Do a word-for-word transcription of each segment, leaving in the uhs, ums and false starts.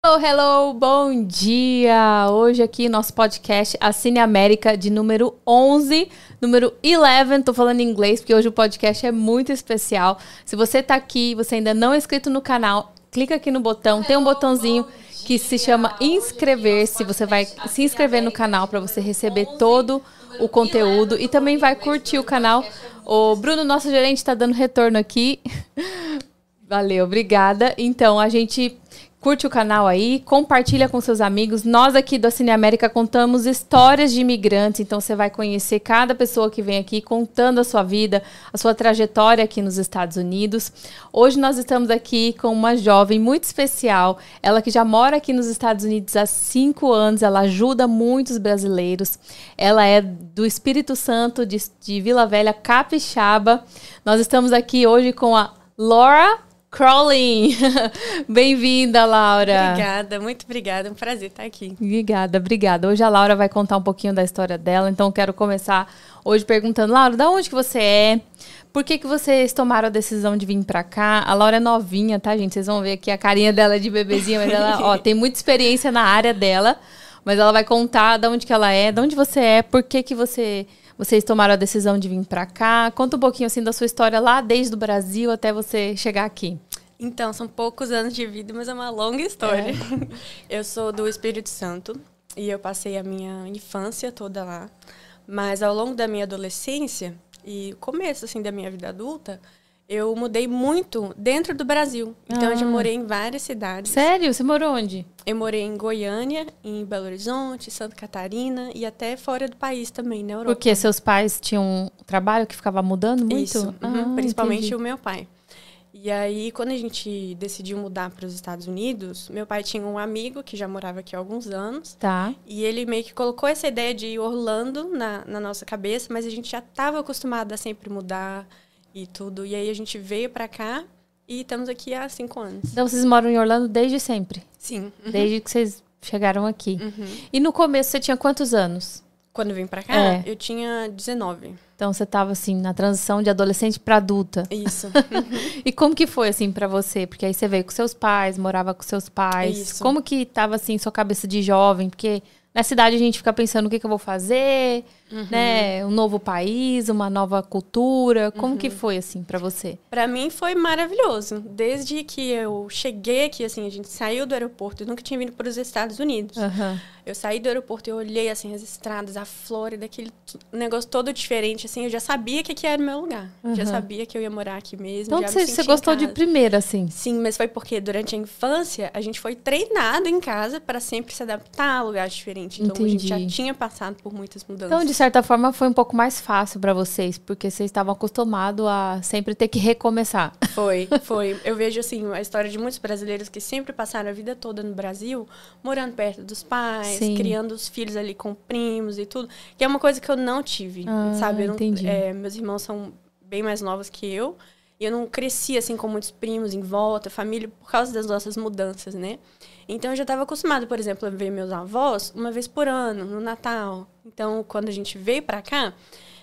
Hello, hello, bom dia! Hoje aqui nosso podcast A Cine América de número onze, número onze, tô falando em inglês porque hoje o podcast é muito especial. Se você tá aqui e você ainda não é inscrito no canal, clica aqui no botão, tem um botãozinho que se chama inscrever-se. Você vai se inscrever no canal para você receber todo o conteúdo e também vai curtir o canal. O Bruno, nosso gerente, está dando retorno aqui. Valeu, obrigada. Então, a gente... Curte o canal aí, compartilha com seus amigos. Nós aqui do Cine América contamos histórias de imigrantes, então você vai conhecer cada pessoa que vem aqui contando a sua vida, a sua trajetória aqui nos Estados Unidos. Hoje nós estamos aqui com uma jovem muito especial, ela que já mora aqui nos Estados Unidos há cinco anos, ela ajuda muitos brasileiros. Ela é do Espírito Santo, de, de Vila Velha, Capixaba. Nós estamos aqui hoje com a Laura Crawling. Bem-vinda, Laura. Obrigada, muito obrigada. É um prazer estar aqui. Obrigada, obrigada. Hoje a Laura vai contar um pouquinho da história dela, então eu quero começar hoje perguntando, Laura, de onde que você é? Por que que vocês tomaram a decisão de vir pra cá? A Laura é novinha, tá, gente? Vocês vão ver aqui a carinha dela de bebezinha, mas ela ó, tem muita experiência na área dela, mas ela vai contar de onde que ela é, de onde você é, por que que você... Vocês tomaram a decisão de vir para cá. Conta um pouquinho assim da sua história lá desde o Brasil até você chegar aqui. Então, são poucos anos de vida, mas é uma longa história. É. Eu sou do Espírito Santo e eu passei a minha infância toda lá. Mas ao longo da minha adolescência e começo assim da minha vida adulta, eu mudei muito dentro do Brasil. Então, ah. eu já morei em várias cidades. Sério? Você morou onde? Eu morei em Goiânia, em Belo Horizonte, Santa Catarina e até fora do país também, na Europa. Porque seus pais tinham um trabalho que ficava mudando muito? Isso, ah, uhum, principalmente entendi. o meu pai. E aí, quando a gente decidiu mudar para os Estados Unidos, meu pai tinha um amigo que já morava aqui há alguns anos. Tá. E ele meio que colocou essa ideia de Orlando na, na nossa cabeça, mas a gente já estava acostumado a sempre mudar e tudo. E aí a gente veio para cá e estamos aqui há cinco anos. Então vocês moram em Orlando desde sempre? Sim. Uhum. Desde que vocês chegaram aqui. Uhum. E no começo você tinha quantos anos? Quando eu vim pra cá, é. eu tinha dezenove. Então você tava assim, na transição de adolescente pra adulta. Isso. Uhum. E como que foi assim pra você? Porque aí você veio com seus pais, morava com seus pais. Isso. Como que tava assim sua cabeça de jovem? Porque na cidade a gente fica pensando o que que eu vou fazer, uhum. né? Um novo país, uma nova cultura. Como uhum. que foi assim pra você? Pra mim foi maravilhoso. Desde que eu cheguei aqui, assim, a gente saiu do aeroporto, eu nunca tinha vindo para os Estados Unidos. Uhum. Eu saí do aeroporto e eu olhei, assim, as estradas, a Flórida, aquele negócio todo diferente, assim, eu já sabia que aqui era o meu lugar. Uhum. Já sabia que eu ia morar aqui mesmo. Então já você, você gostou de primeira, assim? Sim, mas foi porque durante a infância a gente foi treinado em casa para sempre se adaptar a lugares diferentes. Então Entendi. A gente já tinha passado por muitas mudanças. Então, de certa forma, foi um pouco mais fácil para vocês, porque vocês estavam acostumados a sempre ter que recomeçar. Foi, foi. Eu vejo, assim, a história de muitos brasileiros que sempre passaram a vida toda no Brasil, morando perto dos pais, Sim. criando os filhos ali com primos e tudo, que é uma coisa que eu não tive, ah, sabe? Eu não, entendi. É, meus irmãos são bem mais novos que eu, e eu não cresci, assim, com muitos primos em volta, família, por causa das nossas mudanças, né? Então, eu já estava acostumada, por exemplo, a ver meus avós uma vez por ano, no Natal. Então, quando a gente veio para cá,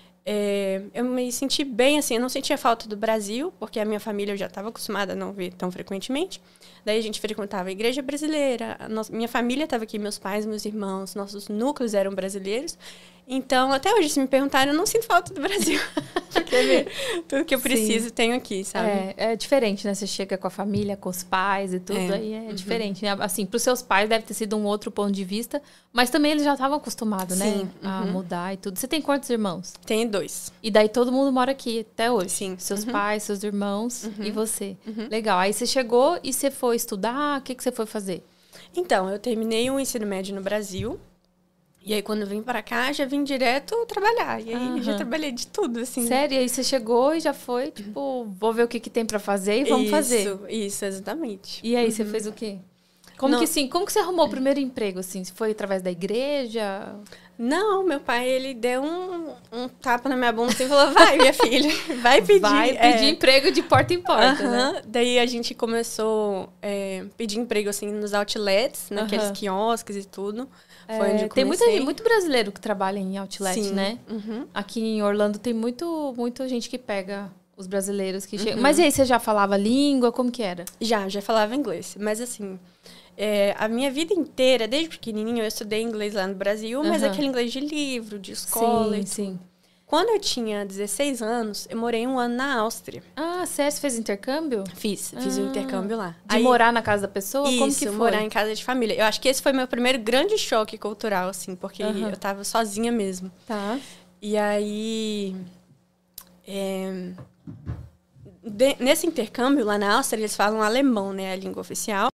é, eu me senti bem, assim, eu não sentia falta do Brasil, porque a minha família eu já estava acostumada a não ver tão frequentemente. Daí a gente frequentava a igreja brasileira, a nossa, minha família estava aqui, meus pais, meus irmãos, nossos núcleos eram brasileiros. Então, até hoje, se me perguntarem, eu não sinto falta do Brasil. Porque tudo que eu preciso Sim. tenho aqui, sabe? É, é diferente, né? Você chega com a família, com os pais e tudo, é. aí é uhum. diferente, né? Assim, para os seus pais deve ter sido um outro ponto de vista, mas também eles já estavam acostumados, Sim. né? Uhum. A mudar e tudo. Você tem quantos irmãos? Tenho dois. E daí todo mundo mora aqui até hoje? Sim. Seus uhum. pais, seus irmãos uhum. e você. Uhum. Legal. Aí você chegou e você foi estudar? O que, que você foi fazer? Então, eu terminei o ensino médio no Brasil. E aí, quando eu vim pra cá, já vim direto trabalhar. E aí, uhum. já trabalhei de tudo, assim. Sério? E aí, você chegou e já foi, tipo, vou ver o que, que tem pra fazer e vamos isso, fazer. Isso, isso, exatamente. E aí, uhum. você fez o quê? Como Não. que, assim, como que você arrumou o primeiro emprego, assim? Foi através da igreja? Não, meu pai, ele deu um, um tapa na minha bunda e falou, vai, minha filha, vai pedir. Vai pedir é. emprego de porta em porta, uhum. né? Daí a gente começou a é, pedir emprego, assim, nos outlets, naqueles uhum. quiosques e tudo. É, Foi onde eu tem muita, comecei. muito brasileiro que trabalha em outlet, Sim. né? Uhum. Aqui em Orlando tem muito, muita gente que pega os brasileiros que uhum. chegam. Mas e aí, você já falava língua? Como que era? Já, já falava inglês. Mas assim, É, a minha vida inteira, desde pequenininho, eu estudei inglês lá no Brasil, mas Aham. aquele inglês de livro, de escola Sim, e tudo. sim. Quando eu tinha dezesseis anos, eu morei um ano na Áustria. Ah, você fez intercâmbio? Fiz, fiz Ah, um intercâmbio lá. De Aí, morar na casa da pessoa? isso, Como que foi? morar em casa de família. Eu acho que esse foi meu primeiro grande choque cultural, assim, porque Aham. eu tava sozinha mesmo. Tá. E aí, é, de- nesse intercâmbio lá na Áustria, eles falam alemão, né, a língua oficial.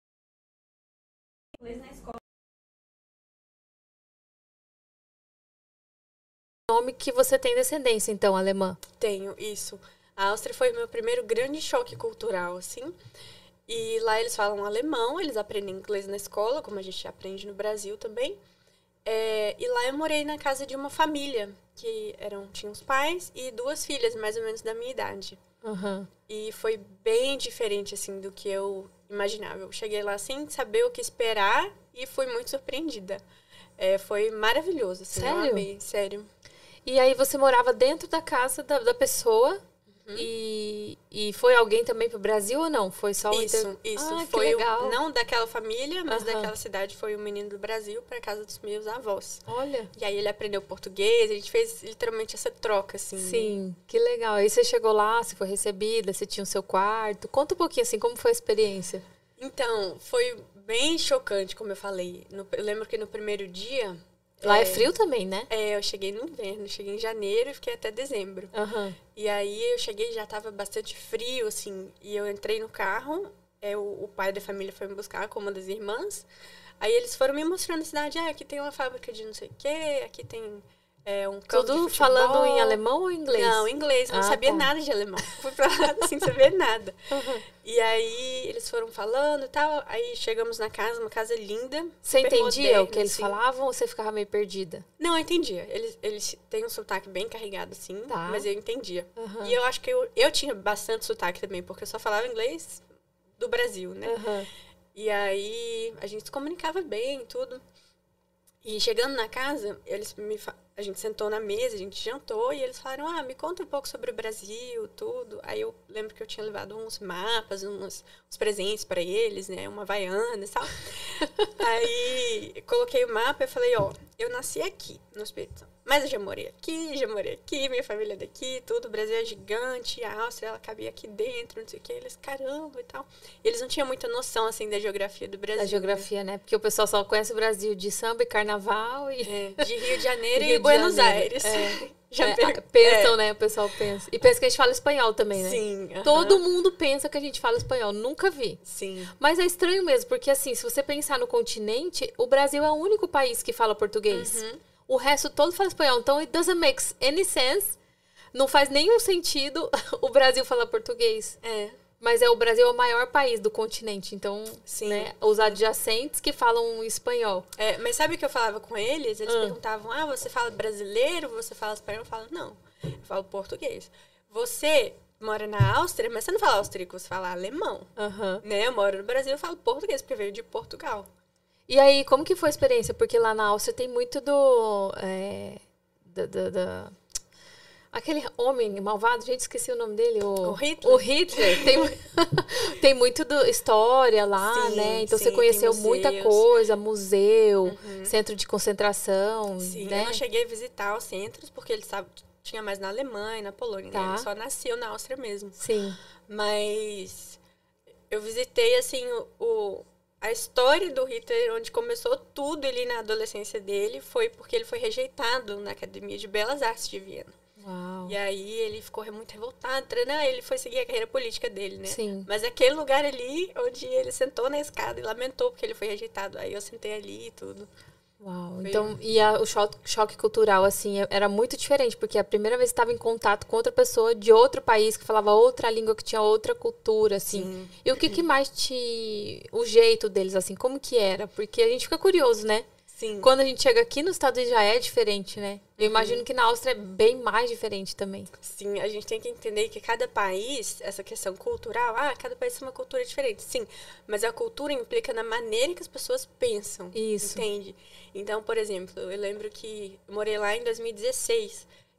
Nome que você tem descendência, então, alemã. Tenho, isso. A Áustria foi meu primeiro grande choque cultural, assim. E lá eles falam alemão, eles aprendem inglês na escola, como a gente aprende no Brasil também. É, e lá eu morei na casa de uma família, que eram, tinha os pais e duas filhas, mais ou menos da minha idade. Aham. E foi bem diferente, assim, do que eu imaginava. Eu cheguei lá sem saber o que esperar e fui muito surpreendida. É, foi maravilhoso, assim, eu Sério? amei, sério. E aí você morava dentro da casa da, da pessoa Uhum. e, e foi alguém também pro Brasil ou não? Foi só o Isso, inter... isso. Ah, que foi legal. O, não daquela família, mas Aham. daquela cidade. Foi um menino do Brasil para casa dos meus avós. Olha. E aí ele aprendeu português, a gente fez literalmente essa troca, assim. Sim, que legal. Aí você chegou lá, você foi recebida, você tinha o seu quarto. Conta um pouquinho, assim, como foi a experiência? Então, foi bem chocante, como eu falei. No- eu lembro que no primeiro dia... Lá é frio também, né? É, eu cheguei no inverno, cheguei em janeiro e fiquei até dezembro. Aham. E aí eu cheguei e já tava bastante frio, assim, e eu entrei no carro, é, o, o pai da família foi me buscar com uma das irmãs, aí eles foram me mostrando a cidade, ah, aqui tem uma fábrica de não sei o quê, aqui tem é, um campo de Tudo futebol. falando em alemão ou inglês? Não, em inglês, eu não Ah, sabia tá. nada de alemão, fui pra lá sem saber nada. Aham. E aí eles foram falando e tal, aí chegamos na casa, uma casa linda. Você super entendia moderna, o que eles assim. falavam ou você ficava meio perdida? Não, eu entendia. Eles, eles têm um sotaque bem carregado, assim, Tá. mas eu entendia. Aham. E eu acho que eu, eu tinha bastante sotaque também, porque eu só falava inglês do Brasil, né? Aham. E aí a gente se comunicava bem e tudo. E chegando na casa, eles me fa- a gente sentou na mesa, a gente jantou e eles falaram, ah, me conta um pouco sobre o Brasil, tudo. Aí eu lembro que eu tinha levado uns mapas, uns, uns presentes para eles, né? Uma havaiana e tal. Aí eu coloquei o mapa e falei, ó, eu nasci aqui, no Espírito Santo. Mas eu já morei aqui, já morei aqui, minha família é daqui, tudo. O Brasil é gigante, a Áustria, ela cabia aqui dentro, não sei o que. Eles, caramba e tal. E eles não tinham muita noção, assim, da geografia do Brasil. Da geografia, né? Porque o pessoal só conhece o Brasil de samba e carnaval e... né? É, de Rio de Janeiro Rio e de Buenos Janeiro, Aires. é. Já É, per- pensam, é, né? O pessoal pensa. E pensa que a gente fala espanhol também, né? Sim. aham. Todo mundo pensa que a gente fala espanhol. Nunca vi. Sim. Mas é estranho mesmo, porque assim, se você pensar no continente, o Brasil é o único país que fala português. Uhum. O resto todo fala espanhol. Então, it doesn't make any sense. Não faz nenhum sentido o Brasil falar português. É. Mas é o Brasil é o maior país do continente. Então, Sim. né, os adjacentes que falam espanhol. É, mas sabe o que eu falava com eles? Eles Ah. perguntavam, ah, você fala brasileiro? Você fala espanhol? Eu falo, não. Eu falo português. Você mora na Áustria, mas você não fala austríaco, você fala alemão. Aham. Né? Eu moro no Brasil, eu falo português, porque veio de Portugal. E aí, como que foi a experiência? Porque lá na Áustria tem muito do... É, da, da- da- aquele homem malvado, gente, esqueci o nome dele. O, O Hitler? O Hitler. Tem, tem muito do, história lá, Sim, né? Então sim, você conheceu tem muita museus. coisa, museu, centro de concentração, Sim, né? eu não cheguei a visitar os centros, porque eles sabe, tinha mais na Alemanha, na Polônia, Tá. né? Ele só nasceu na Áustria mesmo. Sim. Mas eu visitei, assim, o, o- a história do Hitler, onde começou tudo ali na adolescência dele, foi porque ele foi rejeitado na Academia de Belas Artes de Viena. Uau. E aí ele ficou muito revoltado, né? Ele foi seguir a carreira política dele, né? Sim. Mas aquele lugar ali, onde ele sentou na escada e lamentou porque ele foi rejeitado. Aí eu sentei ali e tudo. Uau. Foi- Então, e a- o choque, choque cultural, assim, era muito diferente, porque a primeira vez que estava em contato com outra pessoa de outro país, que falava outra língua, que tinha outra cultura, assim. Sim. E o que, que mais te... O jeito deles, assim, como que era? Porque a gente fica curioso, né? Sim. Quando a gente chega aqui nos Estados Unidos já é diferente, né? Eu imagino que na Áustria é bem mais diferente também. Sim, a gente tem que entender que cada país, essa questão cultural, ah, cada país tem uma cultura diferente. Sim, mas a cultura implica na maneira que as pessoas pensam. Isso. Entende? Então, por exemplo, eu lembro que eu morei lá em dois mil e dezesseis.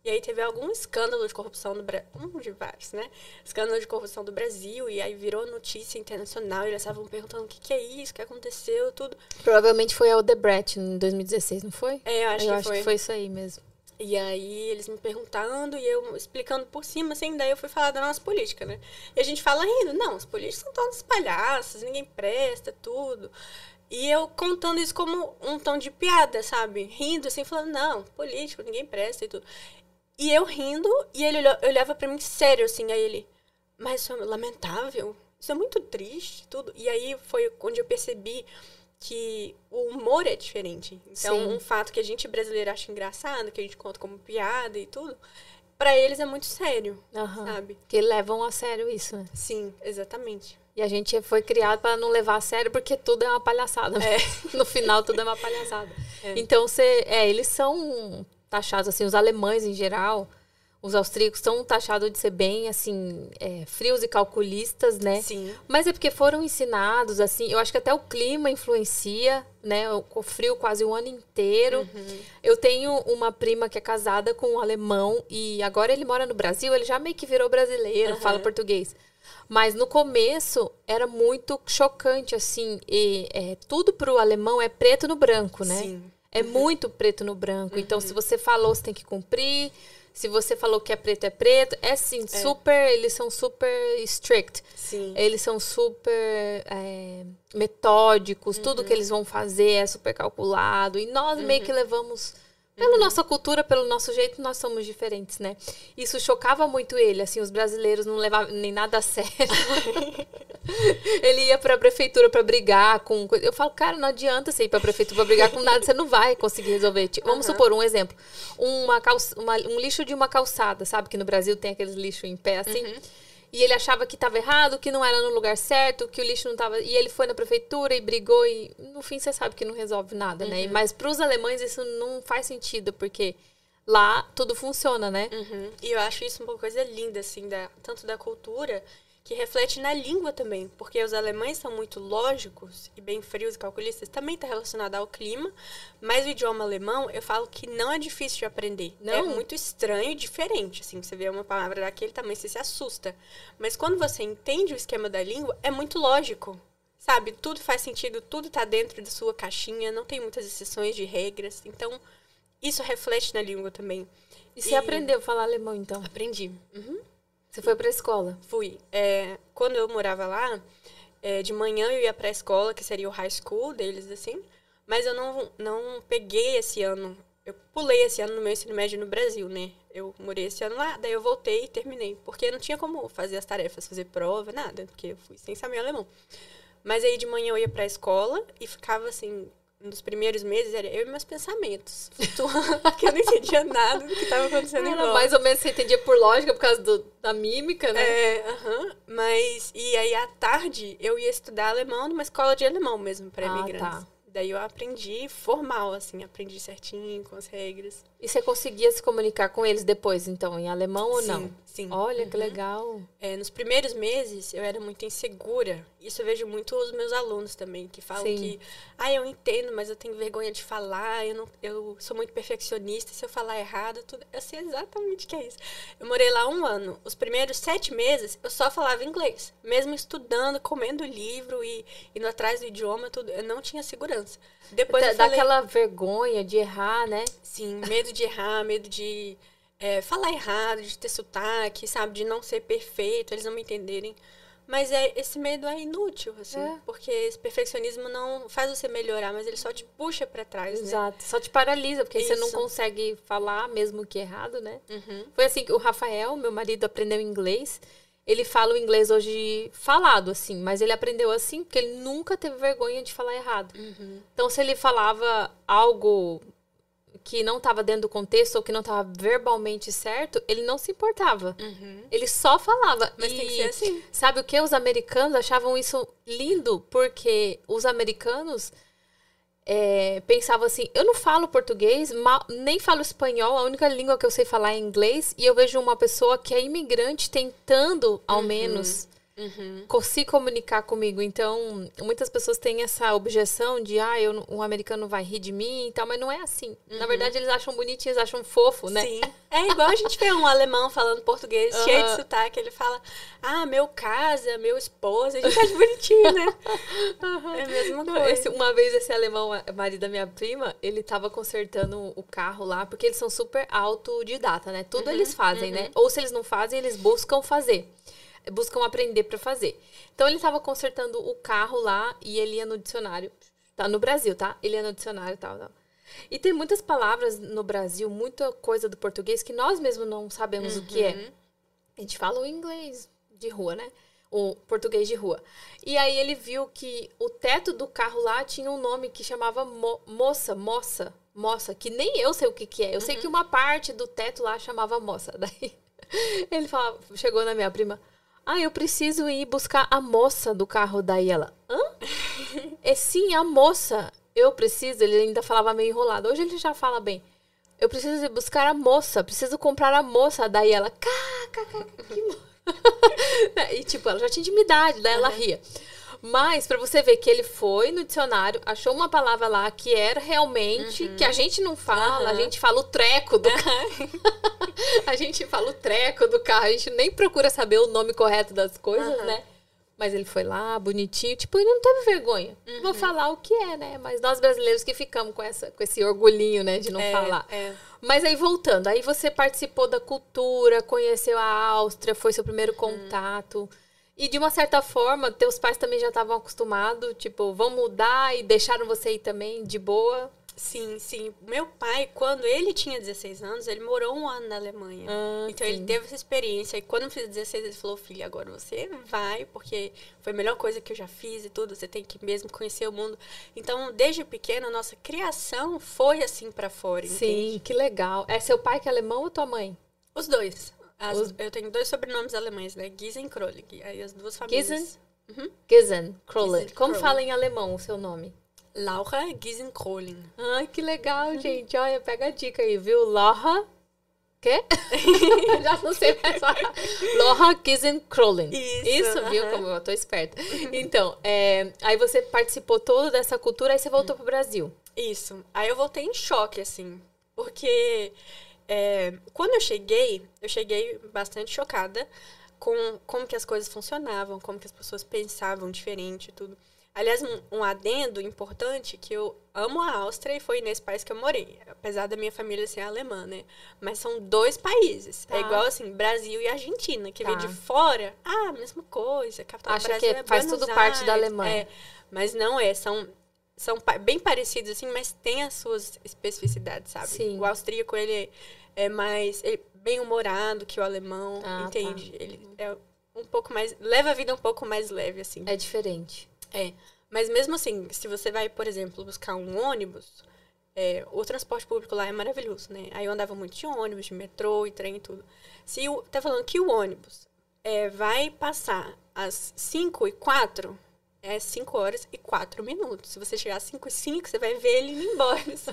E aí teve algum escândalo de corrupção no Brasil, um de vários, né? Escândalo de corrupção do Brasil, e aí virou notícia internacional, e eles estavam perguntando o que, que é isso, o que aconteceu, tudo. Provavelmente foi a Odebrecht em dois mil e dezesseis, não foi? É, eu acho eu que acho foi. que foi isso aí mesmo. E aí eles me perguntando e eu explicando por cima, assim, daí eu fui falar da nossa política, né? E a gente fala rindo, não, os políticos são todos palhaços, ninguém presta, tudo. E eu contando isso como um tom de piada, sabe? Rindo, assim, falando, não, político, ninguém presta e tudo. E eu rindo, e ele olhava pra mim sério, assim, aí ele, mas isso é lamentável, isso é muito triste, tudo. E aí foi onde eu percebi que o humor é diferente. Então, Sim. um fato que a gente brasileiro acha engraçado, que a gente conta como piada e tudo, pra eles é muito sério, uhum. sabe? Que levam a sério isso, né? Sim, exatamente. E a gente foi criado para não levar a sério, porque tudo é uma palhaçada. É. No final, tudo é uma palhaçada. É. Então, você, é, eles são taxados, assim, os alemães em geral, os austríacos são taxados de ser bem, assim, é, frios e calculistas, né? Sim. Mas é porque foram ensinados, assim, eu acho que até o clima influencia, né? O frio quase o ano inteiro. Uhum. Eu tenho uma prima que é casada com um alemão e agora ele mora no Brasil, ele já meio que virou brasileiro, uhum. fala português. Mas no começo era muito chocante, assim, e é, tudo pro alemão é preto no branco, né? Sim. É uhum. muito preto no branco. Uhum. Então, se você falou, você tem que cumprir. Se você falou que é preto, é preto. É assim, é. super... Eles são super strict. Sim. Eles são super é, metódicos. Uhum. Tudo que eles vão fazer é super calculado. E nós uhum. meio que levamos... Pela uhum. nossa cultura, pelo nosso jeito, nós somos diferentes, né? Isso chocava muito ele, assim, os brasileiros não levavam nem nada a sério. Ele ia pra prefeitura pra brigar com... Eu falo, cara, não adianta você ir pra prefeitura pra brigar com nada, você não vai conseguir resolver. Tipo, vamos uhum. supor, um exemplo. Uma calça, uma, um lixo de uma calçada, sabe? Que no Brasil tem aqueles lixos em pé, assim... Uhum. E ele achava que estava errado, que não era no lugar certo, que o lixo não estava... E ele foi na prefeitura e brigou e, no fim, você sabe que não resolve nada, uhum. né? Mas para os alemães isso não faz sentido, porque lá tudo funciona, né? Uhum. E eu acho isso uma coisa linda, assim, da, tanto da cultura, que reflete na língua também. Porque os alemães são muito lógicos e bem frios e calculistas, também está relacionado ao clima. Mas o idioma alemão, eu falo que não é difícil de aprender. Não. É muito estranho e diferente, assim. Você vê uma palavra daquele tamanho, você se assusta. Mas quando você entende o esquema da língua, é muito lógico. Sabe? Tudo faz sentido, tudo está dentro da sua caixinha, não tem muitas exceções de regras. Então, isso reflete na língua também. E você e... aprendeu a falar alemão, então? Aprendi. Uhum. Você foi para a escola? Fui. É, quando eu morava lá, é, de manhã eu ia para a escola, que seria o high school deles, assim. Mas eu não, não peguei esse ano. Eu pulei esse ano no meu ensino médio no Brasil, né? Eu morei esse ano lá, daí eu voltei e terminei. Porque não tinha como fazer as tarefas, fazer prova, nada. Porque eu fui sem saber alemão. Mas aí de manhã eu ia para a escola e ficava assim... Nos primeiros meses, era eu e meus pensamentos. Porque eu não entendia nada do que estava acontecendo em volta. Mais ou menos você entendia por lógica, por causa do, da mímica, né? É, aham. Uh-huh. Mas, e aí à tarde, eu ia estudar alemão numa escola de alemão mesmo, para ah, imigrantes. Tá. Daí eu aprendi formal, assim, aprendi certinho, com as regras. E você conseguia se comunicar com eles depois, então, em alemão ou sim, não? Sim, Olha, uhum. que legal. É, nos primeiros meses, eu era muito insegura. Isso eu vejo muito os meus alunos também, que falam sim. que... Ah, eu entendo, mas eu tenho vergonha de falar, eu, não, eu sou muito perfeccionista, se eu falar errado, tudo... Eu sei exatamente o que é isso. Eu morei lá um ano. Os primeiros sete meses, eu só falava inglês. Mesmo estudando, comendo livro e indo atrás do idioma, tudo, eu não tinha segurança. Depois Dá eu falei... aquela vergonha de errar, né? Sim, medo de errar, medo de é, falar errado, de ter sotaque, sabe? De não ser perfeito, eles não me entenderem. Mas é, esse medo é inútil, assim. É. Porque esse perfeccionismo não faz você melhorar, mas ele só te puxa pra trás, Exato. né? Só te paralisa, porque Isso. você não consegue falar mesmo que errado, né? Uhum. Foi assim que o Rafael, meu marido, aprendeu inglês. Ele fala o inglês hoje falado, assim, mas ele aprendeu assim porque ele nunca teve vergonha de falar errado. Uhum. Então, se ele falava algo que não estava dentro do contexto ou que não estava verbalmente certo, ele não se importava. Uhum. Ele só falava. Mas e tem que ser assim. Sabe o que? Os americanos achavam isso lindo, porque os americanos... É, pensava assim, eu não falo português, mal, nem falo espanhol, a única língua que eu sei falar é inglês, e eu vejo uma pessoa que é imigrante tentando, ao uhum. menos, Uhum. se comunicar comigo. Então, muitas pessoas têm essa objeção de, ah, eu, um americano vai rir de mim e tal, mas não é assim. Uhum. Na verdade, eles acham bonitinho, eles acham fofo, né? Sim. É igual a gente vê um alemão falando português, uhum. cheio de sotaque, ele fala, ah, meu casa, meu esposo, a gente acha bonitinho, né? Uhum. É a mesma coisa. Esse, uma vez esse alemão, marido da minha prima, ele tava consertando o carro lá, porque eles são super autodidata, né? Tudo uhum. eles fazem, uhum. né? Ou se eles não fazem, eles buscam fazer. Buscam aprender pra fazer. Então, ele tava consertando o carro lá e ele ia no dicionário. Tá no Brasil, tá? Ele ia no dicionário e tal, tal. E tem muitas palavras no Brasil, muita coisa do português que nós mesmos não sabemos uhum. o que é. A gente fala o inglês de rua, né? O português de rua. E aí, ele viu que o teto do carro lá tinha um nome que chamava mo- moça, moça, moça, que nem eu sei o que que é. Eu uhum. sei que uma parte do teto lá chamava moça. Daí, ele falava, chegou na minha prima... Ah, eu preciso ir buscar a moça do carro. Daí ela, hã? É sim, a moça. Eu preciso, ele ainda falava meio enrolado. Hoje ele já fala bem. Eu preciso ir buscar a moça, preciso comprar a moça. Daí ela, cá, cá, cá, que moça. E tipo, ela já tinha intimidade, daí ela ria. Mas, pra você ver que ele foi no dicionário, achou uma palavra lá que era realmente, uhum. que a gente não fala, uhum. a gente fala o treco do carro. A gente fala o treco do carro, a gente nem procura saber o nome correto das coisas, uhum. né? Mas ele foi lá, bonitinho, tipo, ele não teve vergonha. Uhum. Vou falar o que é, né? Mas nós brasileiros que ficamos com, essa, com esse orgulhinho, né, de não é, falar. É. Mas aí, voltando, aí você participou da cultura, conheceu a Áustria, foi seu primeiro uhum. contato... E, de uma certa forma, teus pais também já estavam acostumados, tipo, vão mudar e deixaram você ir também de boa? Sim, sim. Meu pai, quando ele tinha dezesseis anos, ele morou um ano na Alemanha. Ah, então, sim. ele teve essa experiência. E quando eu fiz dezesseis, ele falou, filha, agora você vai, porque foi a melhor coisa que eu já fiz e tudo. Você tem que mesmo conhecer o mundo. Então, desde pequena, a nossa criação foi assim pra fora, sim, entende? Que legal. É seu pai que é alemão ou tua mãe? Os dois. As, Os... Eu tenho dois sobrenomes alemães, né? Giesen e Krolig. Aí as duas famílias. Giesen? Uhum. Giesen, Krolig. Como fala em alemão o seu nome? Laura Giesen Kroling. Ai, que legal, uhum. gente. Olha, pega a dica aí, viu? Laura... Quê? Já não sei mais falar. Laura Giesen Kroling. Isso, Isso uh-huh. viu? Como eu tô esperta. Então, é, aí você participou toda dessa cultura, aí você voltou pro Brasil. Isso. Aí eu voltei em choque, assim. Porque... É, quando eu cheguei, eu cheguei bastante chocada com como que as coisas funcionavam, como que as pessoas pensavam diferente e tudo. Aliás, um, um adendo importante, que eu amo a Áustria e foi nesse país que eu morei, apesar da minha família ser alemã, né? Mas são dois países. Tá. É igual, assim, Brasil e Argentina, que tá. vem de fora, ah, mesma coisa. Capital Acha do Brasil que é faz Buenos tudo Aires, parte da Alemanha. É, mas não é, são... São bem parecidos, assim, mas tem as suas especificidades, sabe? Sim. O austríaco, ele é mais é bem humorado que o alemão, ah, entende? Tá. Ele é um pouco mais... Leva a vida um pouco mais leve, assim. É diferente. É. Mas mesmo assim, se você vai, por exemplo, buscar um ônibus, é, o transporte público lá é maravilhoso, né? Aí eu andava muito de ônibus, de metrô e trem e tudo. Se o, tá falando que o ônibus é, vai passar às cinco e quatro... É cinco horas e quatro minutos. Se você chegar às cinco e cinco, você vai ver ele indo embora. Assim.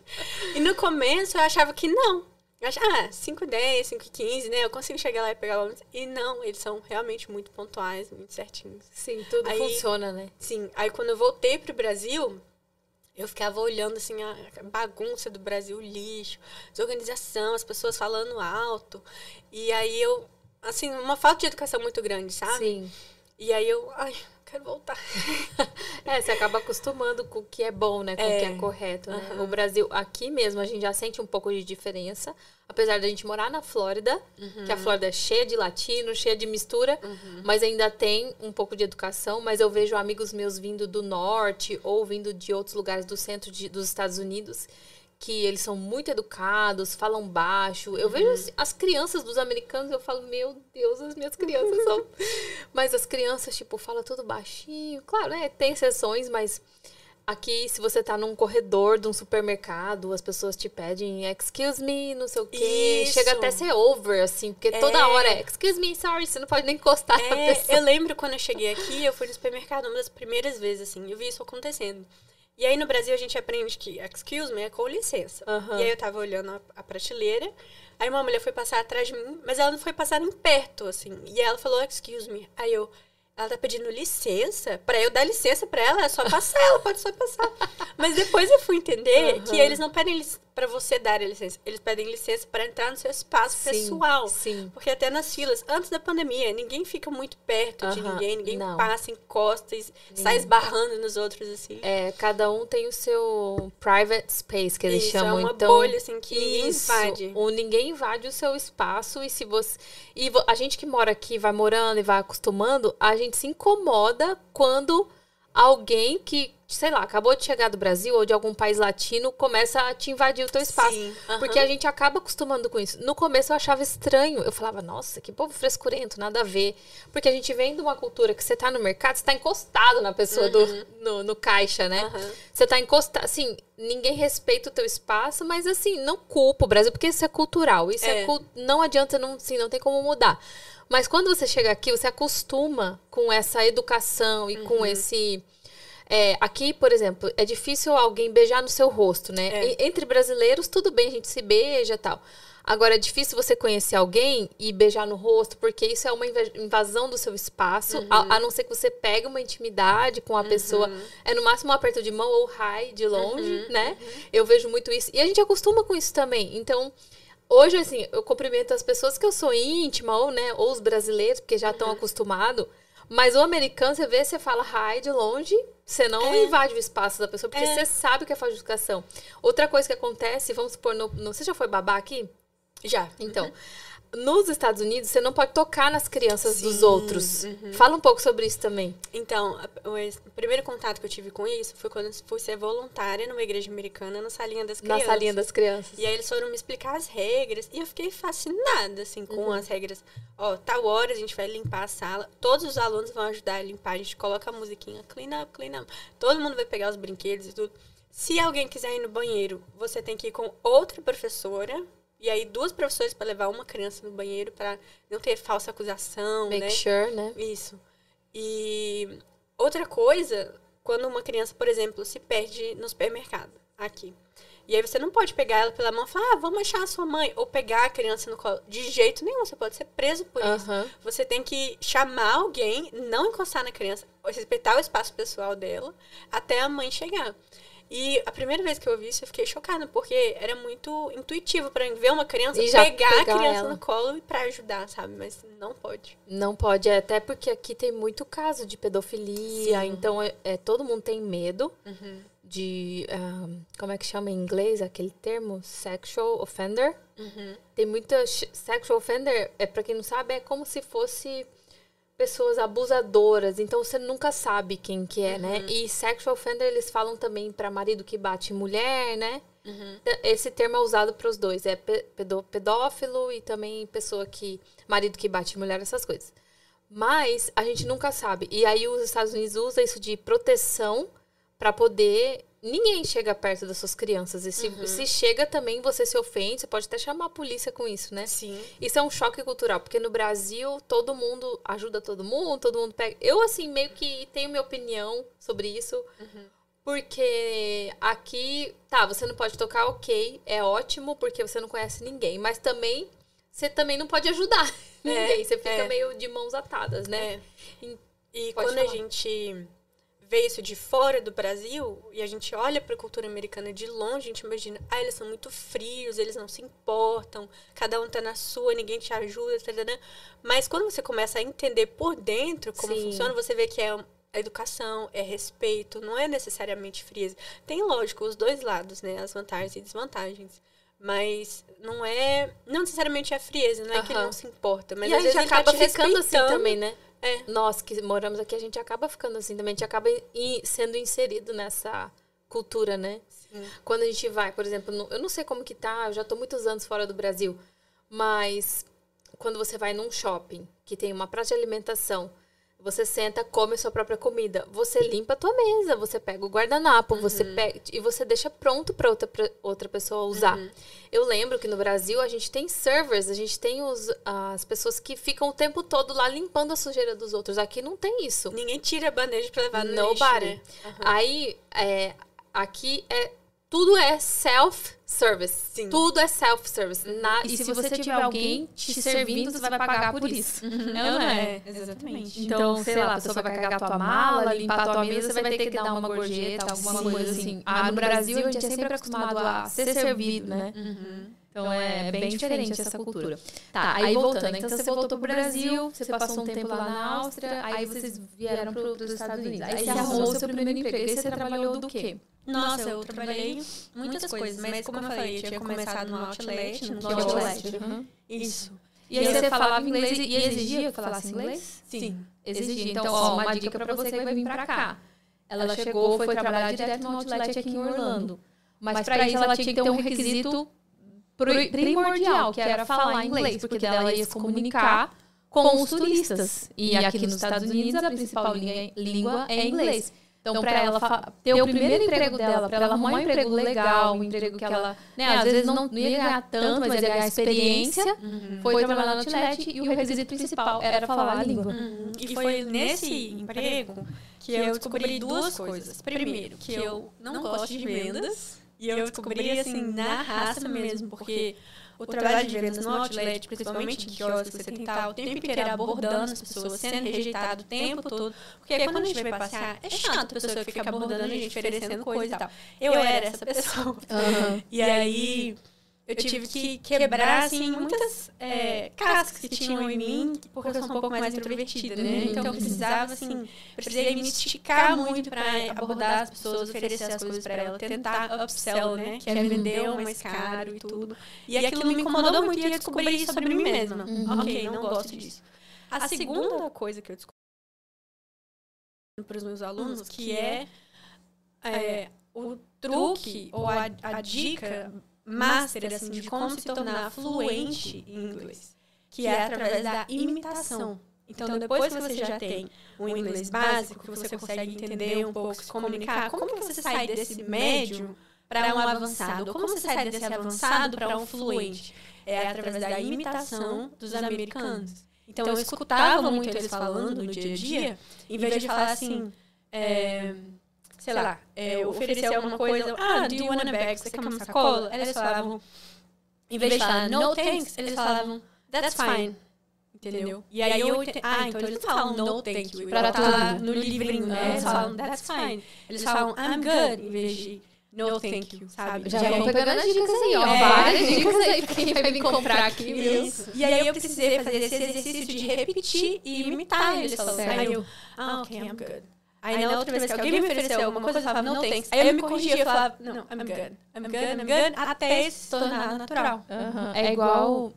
E no começo eu achava que não. Eu achava, ah, cinco e dez, cinco e quinze, né? Eu consigo chegar lá e pegar o ônibus. E não, eles são realmente muito pontuais, muito certinhos. Sim, tudo aí, funciona, né? Sim. Aí quando eu voltei pro Brasil, eu ficava olhando assim a bagunça do Brasil, o lixo, desorganização, as pessoas falando alto. E aí eu, assim, uma falta de educação muito grande, sabe? Sim. E aí eu, ai... quero voltar. É, você acaba acostumando com o que é bom, né? Com é. o que é correto, né? Uhum. O Brasil, aqui mesmo, a gente já sente um pouco de diferença. Apesar da gente morar na Flórida, uhum. que a Flórida é cheia de latino, cheia de mistura, uhum. mas ainda tem um pouco de educação. Mas eu vejo amigos meus vindo do norte ou vindo de outros lugares do centro de, dos Estados Unidos, que eles são muito educados, falam baixo. Eu uhum. vejo as, as crianças dos americanos, eu falo, meu Deus, as minhas crianças são... Mas as crianças, tipo, falam tudo baixinho. Claro, né, tem exceções, mas aqui, se você tá num corredor de um supermercado, as pessoas te pedem excuse me, não sei o quê. Isso. Chega até a ser over, assim, porque é. toda hora é excuse me, sorry, você não pode nem encostar é. na pessoa. Eu lembro quando eu cheguei aqui, eu fui no supermercado uma das primeiras vezes, assim, eu vi isso acontecendo. E aí, no Brasil, a gente aprende que excuse me é com licença. Uhum. E aí, eu tava olhando a, a prateleira. Aí, uma mulher foi passar atrás de mim, mas ela não foi passar nem perto, assim. E ela falou, excuse me. Aí, eu, ela tá pedindo licença, pra eu dar licença pra ela, é só passar, ela pode só passar. Mas depois eu fui entender uhum. que eles não pedem licença pra você dar a licença, eles pedem licença pra entrar no seu espaço sim, pessoal. Sim. Porque até nas filas, antes da pandemia, ninguém fica muito perto uhum. de ninguém, ninguém não. passa, encosta e Sim. sai esbarrando nos outros, assim. É, cada um tem o seu private space, que eles Isso, chamam. É uma então, bolha, assim, que isso, ninguém invade. Ou ninguém invade o seu espaço, e se você... E a gente que mora aqui, vai morando e vai acostumando, a gente se incomoda quando alguém que, sei lá, acabou de chegar do Brasil ou de algum país latino começa a te invadir o teu espaço. Sim, uh-huh. Porque a gente acaba acostumando com isso. No começo eu achava estranho. Eu falava, nossa, que povo frescurento, nada a ver. Porque a gente vem de uma cultura que você tá no mercado, você tá encostado na pessoa uhum. do, no, no caixa, né? Uhum. Você tá encostado, assim, ninguém respeita o teu espaço, mas assim, não culpa o Brasil, porque isso é cultural. Isso é, é cult... não adianta, não, assim, não tem como mudar. Mas quando você chega aqui, você acostuma com essa educação e uhum. com esse... É, aqui, por exemplo, é difícil alguém beijar no seu rosto, né? É. Entre brasileiros, tudo bem, a gente se beija e tal. Agora, é difícil você conhecer alguém e beijar no rosto, porque isso é uma invasão do seu espaço, uhum. a, a não ser que você pegue uma intimidade com a uhum. pessoa. É no máximo um aperto de mão ou hi de longe, uhum. né? Uhum. Eu vejo muito isso. E a gente acostuma com isso também. Então... Hoje, assim, eu cumprimento as pessoas que eu sou íntima, ou, né, ou os brasileiros, porque já estão uhum. acostumados. Mas o americano, você vê, você fala hi de longe, você não é. invade o espaço da pessoa, porque é. você sabe que é falta de educação. Outra coisa que acontece, vamos supor, no, no, você já foi babá aqui? Já. Então, uhum. nos Estados Unidos, você não pode tocar nas crianças Sim, dos outros. Uhum. Fala um pouco sobre isso também. Então, o primeiro contato que eu tive com isso foi quando eu fui ser voluntária numa igreja americana na salinha das crianças. Na salinha das crianças. E aí eles foram me explicar as regras e eu fiquei fascinada, assim, com uhum. as regras. Ó, tal hora a gente vai limpar a sala, todos os alunos vão ajudar a limpar, a gente coloca a musiquinha, clean up, clean up. Todo mundo vai pegar os brinquedos e tudo. Se alguém quiser ir no banheiro, você tem que ir com outra professora. E aí, duas professoras para levar uma criança no banheiro para não ter falsa acusação, Make né? sure, né? Isso. E outra coisa, quando uma criança, por exemplo, se perde no supermercado, aqui. E aí você não pode pegar ela pela mão e falar, ah, vamos achar a sua mãe. Ou pegar a criança no colo. De jeito nenhum, você pode ser preso por isso. Uhum. Você tem que chamar alguém, não encostar na criança, respeitar o espaço pessoal dela, até a mãe chegar. E a primeira vez que eu ouvi isso, eu fiquei chocada, porque era muito intuitivo pra mim ver uma criança, pegar, pegar a criança ela. no colo e pra ajudar, sabe? Mas não pode. Não pode, é, até porque aqui tem muito caso de pedofilia, Sim. então é, é, todo mundo tem medo uhum. de, um, como é que chama em inglês aquele termo? Sexual offender. Uhum. Tem muita, sexual offender, é, pra quem não sabe, é como se fosse... pessoas abusadoras, então você nunca sabe quem que é, uhum. né? E sexual offender, eles falam também para marido que bate mulher, né? Uhum. Esse termo é usado para os dois, é pedó- pedófilo e também pessoa que, marido que bate mulher, essas coisas. Mas a gente nunca sabe. E aí os Estados Unidos usam isso de proteção para poder... Ninguém chega perto das suas crianças. E se, uhum. se chega também, você se ofende. Você pode até chamar a polícia com isso, né? Sim. Isso é um choque cultural. Porque no Brasil, todo mundo ajuda todo mundo. Todo mundo pega... Eu, assim, meio que tenho minha opinião sobre isso. Uhum. Porque aqui... Tá, você não pode tocar, ok. É ótimo, porque você não conhece ninguém. Mas também, você também não pode ajudar é, ninguém. Você fica é. meio de mãos atadas, né? É. E, e quando falar. a gente... vê isso de fora do Brasil e a gente olha para a cultura americana de longe, a gente imagina, ah, eles são muito frios, eles não se importam, cada um tá na sua, ninguém te ajuda, tadadã. Mas quando você começa a entender por dentro como Sim. funciona, você vê que é a educação, é respeito, não é necessariamente frieza. Tem, lógico, os dois lados, né, as vantagens e desvantagens. Mas não é, não necessariamente é frieza, não é uh-huh. que ele não se importa. Mas e às a gente vezes acaba ele tá te ficando assim também, né? É. Nós que moramos aqui, a gente acaba ficando assim também. A gente acaba in, sendo inserido nessa cultura, né? Sim. Quando a gente vai, por exemplo, no, eu não sei como que tá, eu já tô muitos anos fora do Brasil, mas quando você vai num shopping, que tem uma praça de alimentação, você senta, come a sua própria comida. Você limpa a tua mesa, você pega o guardanapo, uhum. você pega, e você deixa pronto para outra, outra pessoa usar. Uhum. Eu lembro que no Brasil a gente tem servers, a gente tem os, as pessoas que ficam o tempo todo lá limpando a sujeira dos outros. Aqui não tem isso. Ninguém tira a bandeja para levar no Nobody. lixo, né? Uhum. Aí, é, aqui é tudo é self-service. Tudo é self-service. Na, e, e se, se você tiver alguém te servindo, você vai pagar por isso. Uhum. Não, não é? Exatamente. Então, sei lá, a pessoa vai carregar a tua mala, limpar a tua mesa, você vai ter que dar uma gorjeta, alguma Sim. coisa assim. Ah, no Brasil, a gente é sempre acostumado a ser servido, né? Uhum. Então, é bem diferente essa cultura. Tá, aí voltando. Então, você voltou pro Brasil, você passou um tempo lá na Áustria, aí vocês vieram pro, pros Estados Unidos. Aí você arrumou o seu primeiro emprego. Aí você trabalhou do quê? Nossa, eu trabalhei muitas coisas, mas como eu falei, eu tinha começado no Outlet, no Outlet. Uhum. Isso. E aí você falava inglês e exigia que falasse inglês? Sim. Exigia. Então, ó, uma dica pra você que vai vir pra cá. Ela chegou, foi trabalhar direto no Outlet aqui em Orlando. Mas pra isso ela tinha que ter um requisito primordial, que era falar inglês, porque ela ia se comunicar com os turistas. E aqui nos Estados Unidos a principal língua é inglês. Então, para ela ter o primeiro emprego dela, para ela arrumar um emprego legal, um emprego que ela, né, às vezes não ia ganhar tanto, mas ia ganhar experiência, uhum. foi trabalhar no Outlet e o requisito principal era falar a língua. Uhum. E foi nesse emprego que eu descobri duas coisas. Primeiro, que eu não gosto de vendas. E eu descobri, assim, na raça mesmo, porque o trabalho de vendas no Outlet, principalmente em quiosque, você tem que estar o tempo inteiro abordando as pessoas, sendo rejeitado o tempo todo. Porque quando a gente vai passear, é chato a pessoa que fica abordando a gente, oferecendo coisa e tal. Eu era essa pessoa. Uhum. E aí, eu tive que quebrar, assim, muitas é, cascas que tinham em mim, porque eu sou um pouco mais introvertida, né? Então, eu precisava, assim, precisei me esticar muito para abordar as pessoas, oferecer as coisas para elas, tentar upsell, né? Que é vender o mais caro e tudo. E aquilo me incomodou muito e eu descobri sobre mim mesma. Uhum. Ok, não gosto disso. A segunda coisa que eu descobri para os meus alunos, que é, é o truque ou a, a dica master, assim, de como se tornar fluente em inglês, que é através da imitação. Então, depois que você já tem um inglês básico, que você consegue entender um pouco, se comunicar, como que você sai desse médio para um avançado? Como você sai desse avançado para um fluente? É através da imitação dos americanos. Então, eu escutava muito eles falando no dia a dia, em vez de falar assim... É, sei lá, é, oferecer alguma coisa, ah, do you want a bag? Você quer uma sacola? Eles falavam, em vez de falar, no thanks, eles falavam, that's fine. Entendeu? E aí eu, ah, então eles falam no thank you, pra tá no livrinho, né? Eles falam, that's fine. Eles falam, I'm good, em vez de no thank you, sabe? Já vão pegando as dicas aí, ó, várias dicas aí pra quem vai vir comprar aqui, viu? E aí eu precisei fazer esse exercício de repetir e imitar eles falando. Aí eu, ah, ok, I'm good. Aí na outra vez que alguém me ofereceu alguma coisa, eu falava, no thanks. Aí eu me corrigia e falava, não, I'm good. I'm good, I'm good, até se tornar natural. Uhum. É igual...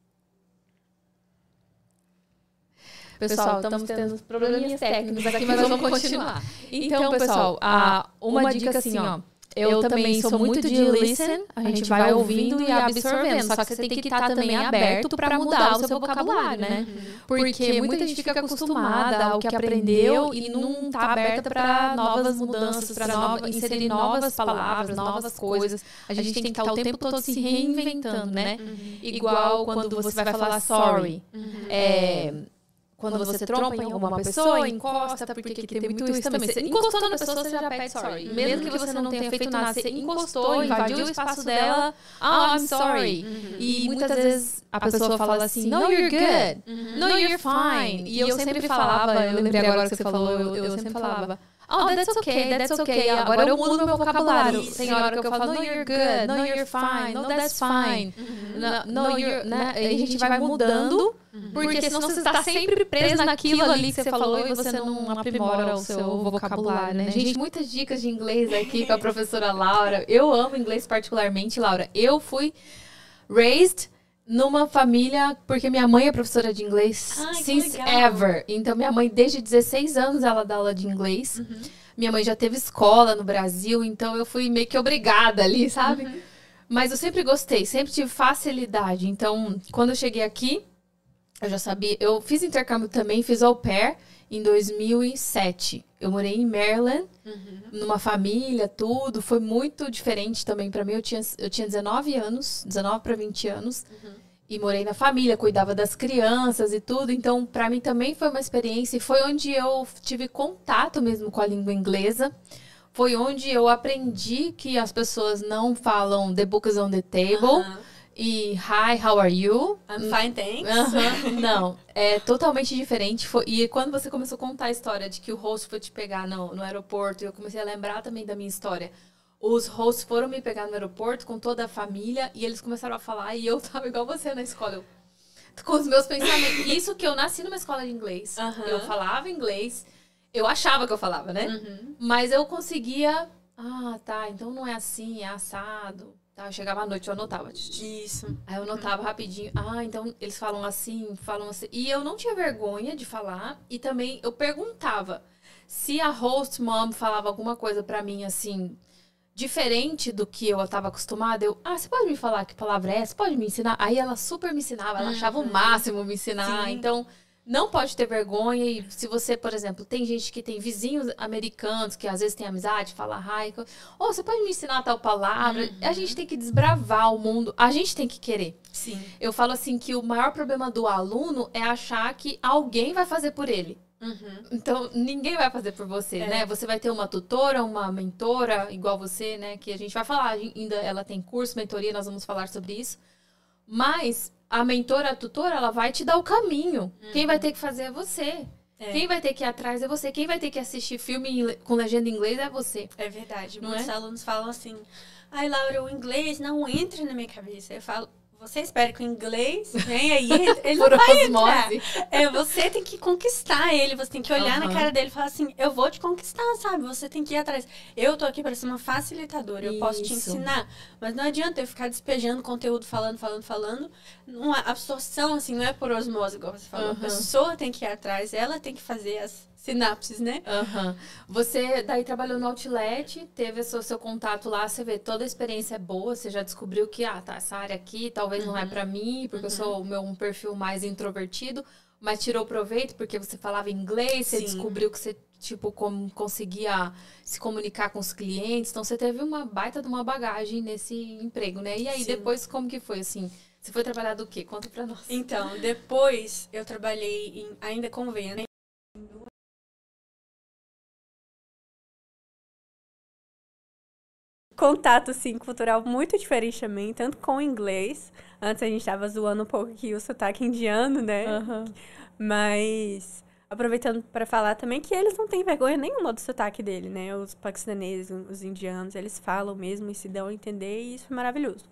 Pessoal, estamos tendo probleminhas técnicos aqui, mas vamos continuar. Então, pessoal, a, uma dica assim, ó. Eu também sou muito de listen, a gente vai ouvindo e absorvendo, só que você tem que estar também aberto para mudar o seu vocabulário, né? Porque muita gente fica acostumada ao que aprendeu e não está aberta para novas mudanças, para nova, inserir novas palavras, novas coisas. A gente tem que estar o tempo todo se reinventando, né? Igual quando você vai falar sorry. É... Quando você trompa em alguma pessoa, encosta, porque tem muito isso também. Você encostou na pessoa, você já pede sorry. Mesmo que você não tenha feito nada, você encostou, invadiu o espaço dela, oh, I'm sorry. Uhum. E muitas vezes a pessoa fala assim, no, you're good, uhum. No, you're fine. E eu sempre falava, eu lembrei agora que você falou, eu, eu sempre falava, oh, that's okay, that's okay. Agora eu mudo meu vocabulário. Tem hora que eu falo, no, you're good, no, you're fine, no, that's fine. No, no you're... Né? E a gente vai mudando, porque senão você está sempre preso naquilo ali que você falou e você não aprimora o seu vocabulário, né? Gente, muitas dicas de inglês aqui com a professora Laura. Eu amo inglês particularmente, Laura. Eu fui raised... numa família, porque minha mãe é professora de inglês, Ai, since ever. Então, minha mãe, desde dezesseis anos, ela dá aula de inglês. Uhum. Minha mãe já teve escola no Brasil, então eu fui meio que obrigada ali, sabe? Uhum. Mas eu sempre gostei, sempre tive facilidade. Então, quando eu cheguei aqui, eu já sabia... Eu fiz intercâmbio também, fiz au pair em dois mil e sete. Eu morei em Maryland, uhum. numa família, tudo. Foi muito diferente também pra mim. Eu tinha, eu tinha dezenove anos, dezenove para vinte anos. Uhum. E morei na família, cuidava das crianças e tudo. Então, pra mim também foi uma experiência. E foi onde eu tive contato mesmo com a língua inglesa. foi onde eu aprendi que as pessoas não falam the book is on the table uh-huh. e hi, how are you? I'm fine, thanks. Uh-huh. Não, é totalmente diferente. Foi, e quando você começou a contar a história de que o host foi te pegar no, no aeroporto, eu comecei a lembrar também da minha história. Os hosts foram me pegar no aeroporto com toda a família e eles começaram a falar e eu tava igual você na escola. Eu, com os meus pensamentos. Isso que eu nasci numa escola de inglês. Uh-huh. Eu falava inglês. Eu achava que eu falava, né? Uhum. Mas eu conseguia... Ah, tá. Então não é assim, é assado. Tá, eu chegava à noite, eu anotava. Isso. Aí eu anotava uhum. rapidinho. Ah, então eles falam assim, falam assim. E eu não tinha vergonha de falar. E também eu perguntava se a host mom falava alguma coisa pra mim, assim... diferente do que eu estava acostumada, eu, ah, você pode me falar que palavra é essa? Você pode me ensinar? Aí ela super me ensinava, ela uhum. achava o máximo me ensinar. Sim. Então, não pode ter vergonha. E se você, por exemplo, tem gente que tem vizinhos americanos que às vezes tem amizade, fala, hi, oh, você pode me ensinar tal palavra? Uhum. A gente tem que desbravar o mundo, a gente tem que querer. Sim. Eu falo assim que o maior problema do aluno é achar que alguém vai fazer por ele. Uhum. Então, ninguém vai fazer por você, é. né? Você vai ter uma tutora, uma mentora, igual você, né? Que a gente vai falar, ainda ela tem curso, mentoria, nós vamos falar sobre isso. Mas a mentora, a tutora, ela vai te dar o caminho. Uhum. Quem vai ter que fazer é você. É. Quem vai ter que ir atrás é você. Quem vai ter que assistir filme com legenda em inglês é você. É verdade. Não Muitos é? alunos falam assim, ai, Laura, o inglês não entra na minha cabeça. Eu falo... Você espera que o inglês venha aí, ele não vai entrar. É, você tem que conquistar ele, você tem que olhar uhum. na cara dele e falar assim, eu vou te conquistar, sabe? Você tem que ir atrás. Eu tô aqui para ser uma facilitadora, eu Isso. posso te ensinar. Mas não adianta eu ficar despejando conteúdo, falando, falando, falando. Uma absorção, assim, não é por osmose, igual você falou. Uhum. A pessoa tem que ir atrás, ela tem que fazer as... sinapses, né? Uhum. Você daí trabalhou no Outlet, teve o seu, seu contato lá, você vê, toda a experiência é boa, você já descobriu que, ah, tá, essa área aqui talvez uhum. não é pra mim, porque uhum. eu sou o meu, um perfil mais introvertido, mas tirou proveito porque você falava inglês, você Sim. descobriu que você, tipo, como conseguia se comunicar com os clientes, então você teve uma baita de uma bagagem nesse emprego, né? E aí, Sim. depois, como que foi, assim... Você foi trabalhar do quê? Conta pra nós. Então, depois eu trabalhei em, ainda com venda, contato, sim, cultural muito diferente também, tanto com o inglês. Antes a gente tava zoando um pouco aqui o sotaque indiano, né? Uhum. Mas, aproveitando para falar também que eles não têm vergonha nenhuma do sotaque dele, né? Os paquistaneses, os indianos, eles falam mesmo e se dão a entender e isso é maravilhoso.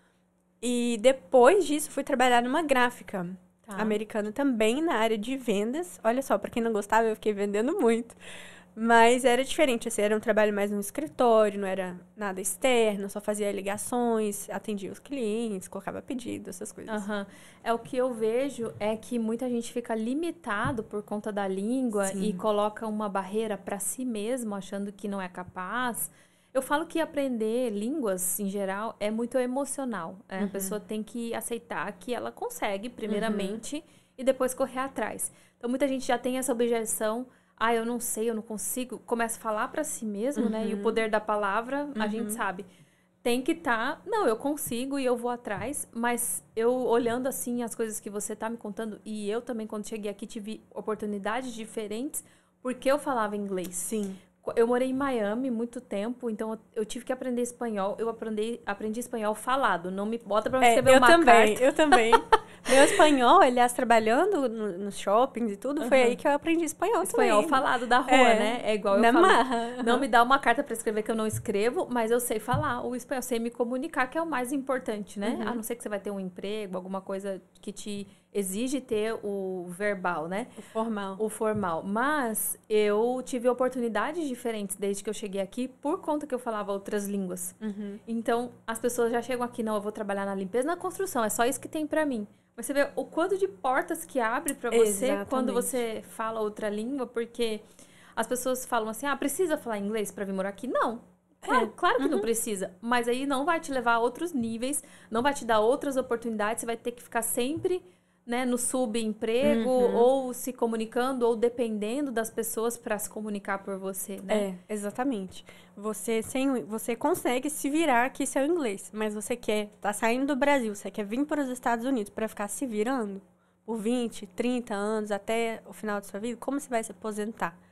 E depois disso, fui trabalhar numa gráfica tá. americana também na área de vendas. Olha só, para quem não gostava, eu fiquei vendendo muito. Mas era diferente, assim, era um trabalho mais no escritório, não era nada externo, só fazia ligações, atendia os clientes, colocava pedido, essas coisas. Uhum. É, o que eu vejo é que muita gente fica limitado por conta da língua Sim. e coloca uma barreira para si mesmo, achando que não é capaz. Eu falo que aprender línguas, em geral, é muito emocional. Né? Uhum. A pessoa tem que aceitar que ela consegue, primeiramente, uhum. e depois correr atrás. Então, muita gente já tem essa objeção... Ah, eu não sei, eu não consigo. Começa a falar pra si mesmo, uhum. né? E o poder da palavra, uhum. a gente sabe. Tem que estar... Tá, não, eu consigo e eu vou atrás. Mas eu, olhando assim as coisas que você tá me contando... E eu também, quando cheguei aqui, tive oportunidades diferentes... Porque eu falava inglês. Sim. Eu morei em Miami muito tempo, então eu, eu tive que aprender espanhol. Eu aprendi, aprendi espanhol falado. Não me bota pra me escrever é, uma também, carta. Eu também, eu também. Meu espanhol, aliás, trabalhando nos no shoppings e tudo, uhum. foi aí que eu aprendi espanhol, espanhol também. falado da rua, é, né? É igual eu na falo. marra. Uhum. Não me dá uma carta pra escrever que eu não escrevo, mas eu sei falar o espanhol, sei me comunicar, que é o mais importante, né? Uhum. A não ser que você vai ter um emprego, alguma coisa que te exige ter o verbal, né? O formal. O formal. Mas eu tive oportunidades diferentes desde que eu cheguei aqui, por conta que eu falava outras línguas. Uhum. Então, as pessoas já chegam aqui, não, eu vou trabalhar na limpeza, na construção, é só isso que tem pra mim. Mas você vê o quanto de portas que abre pra você Exatamente. Quando você fala outra língua, porque as pessoas falam assim, ah, precisa falar inglês pra vir morar aqui? Não. Claro, é. claro que uhum. não precisa. Mas aí não vai te levar a outros níveis, não vai te dar outras oportunidades, você vai ter que ficar sempre... Né, no subemprego, uhum. ou se comunicando, ou dependendo das pessoas para se comunicar por você, né? É, exatamente. Você, sem, você consegue se virar aqui seu inglês, mas você quer, tá saindo do Brasil, você quer vir para os Estados Unidos para ficar se virando por vinte, trinta anos, até o final da sua vida, como você vai se aposentar?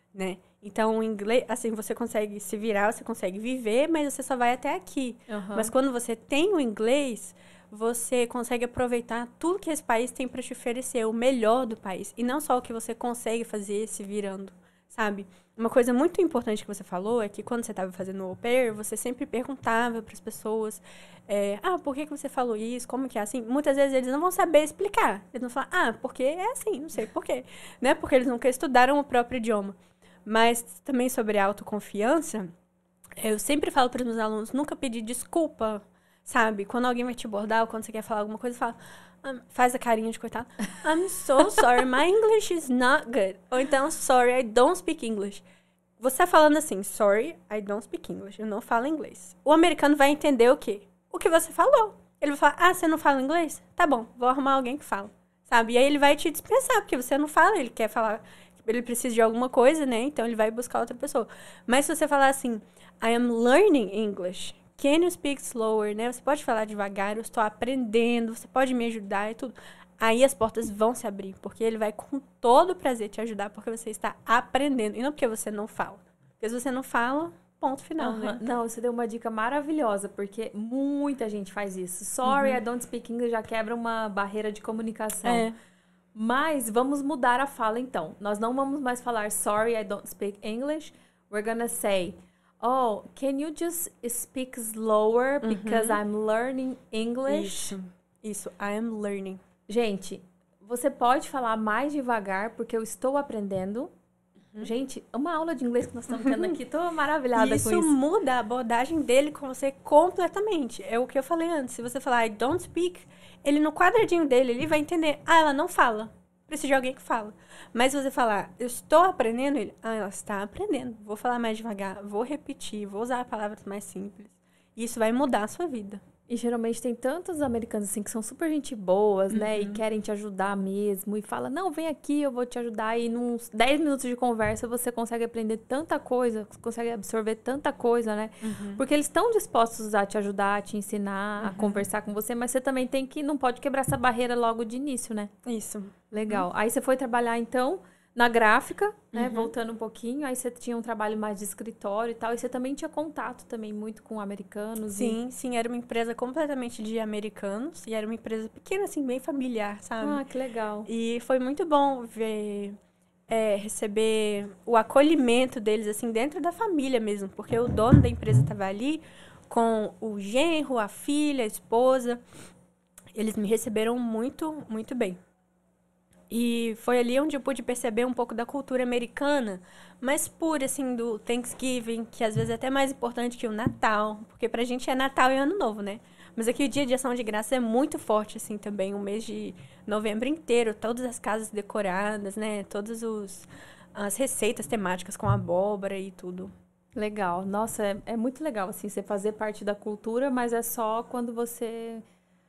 né? Então, o inglês, assim, você consegue se virar, você consegue viver, mas você só vai até aqui. Uhum. Mas quando você tem o inglês, você consegue aproveitar tudo que esse país tem para te oferecer, o melhor do país. E não só o que você consegue fazer se virando, sabe? Uma coisa muito importante que você falou é que quando você estava fazendo o au pair, você sempre perguntava para as pessoas, é, ah, por que, que você falou isso? Como que é assim? Muitas vezes eles não vão saber explicar. Eles vão falar, ah, porque é assim, não sei por quê. Né? Porque eles nunca estudaram o próprio idioma. Mas também sobre a autoconfiança, eu sempre falo para os meus alunos, nunca pedir desculpa, sabe? Quando alguém vai te abordar ou quando você quer falar alguma coisa, fala... Um, faz a carinha de coitado. I'm so sorry, my English is not good. Ou então, sorry, I don't speak English. Você tá falando assim, sorry, I don't speak English. Eu não falo inglês. O americano vai entender o quê? O que você falou. Ele vai falar, ah, você não fala inglês? Tá bom, vou arrumar alguém que fala. Sabe? E aí ele vai te dispensar, porque você não fala, ele quer falar, ele precisa de alguma coisa, né? Então ele vai buscar outra pessoa. Mas se você falar assim, I am learning English. Can you speak slower, né? Você pode falar devagar, eu estou aprendendo, você pode me ajudar e tudo. Aí as portas vão se abrir, porque ele vai com todo o prazer te ajudar, porque você está aprendendo, e não porque você não fala. Porque se você não fala, ponto final, uhum. né? Não, você deu uma dica maravilhosa, porque muita gente faz isso. Sorry, uhum. I don't speak English, já quebra uma barreira de comunicação. É. Mas vamos mudar a fala, então. Nós não vamos mais falar sorry, I don't speak English. We're gonna say... Oh, can you just speak slower because uhum. I'm learning English? Isso, isso, I am learning. Gente, você pode falar mais devagar porque eu estou aprendendo. Uhum. Gente, uma aula de inglês que nós estamos tendo aqui, estou maravilhada isso com isso. Isso muda a abordagem dele com você completamente. É o que eu falei antes. Se você falar I don't speak, ele no quadradinho dele, ele vai entender. Ah, ela não fala. Precisa de alguém que fala. Mas se você falar, eu estou aprendendo, ele, ah, ela está aprendendo. Vou falar mais devagar, vou repetir, vou usar palavras mais simples. E isso vai mudar a sua vida. E geralmente tem tantos americanos assim que são super gente boas, uhum. né? E querem te ajudar mesmo. E fala, não, vem aqui, eu vou te ajudar. E nos dez minutos de conversa você consegue aprender tanta coisa, consegue absorver tanta coisa, né? Uhum. Porque eles estão dispostos a te ajudar, a te ensinar, uhum. a conversar com você. Mas você também tem que, não pode quebrar essa barreira logo de início, né? Isso. Legal. Uhum. Aí você foi trabalhar, então... Na gráfica, né, uhum. voltando um pouquinho, aí você tinha um trabalho mais de escritório e tal, e você também tinha contato também muito com americanos. Sim, e... sim, era uma empresa completamente de americanos, e era uma empresa pequena, assim, bem familiar, sabe? Ah, que legal. E foi muito bom ver, é, receber o acolhimento deles, assim, dentro da família mesmo, porque o dono da empresa estava ali com o genro, a filha, a esposa, eles me receberam muito, muito bem. E foi ali onde eu pude perceber um pouco da cultura americana, mais pura, assim, do Thanksgiving, que às vezes é até mais importante que o Natal, porque pra gente é Natal e Ano Novo, né? Mas aqui o Dia de Ação de Graça é muito forte, assim, também, o mês de novembro inteiro, todas as casas decoradas, né? Todas os, as receitas temáticas com abóbora e tudo. Legal. Nossa, é, é muito legal, assim, você fazer parte da cultura, mas é só quando você...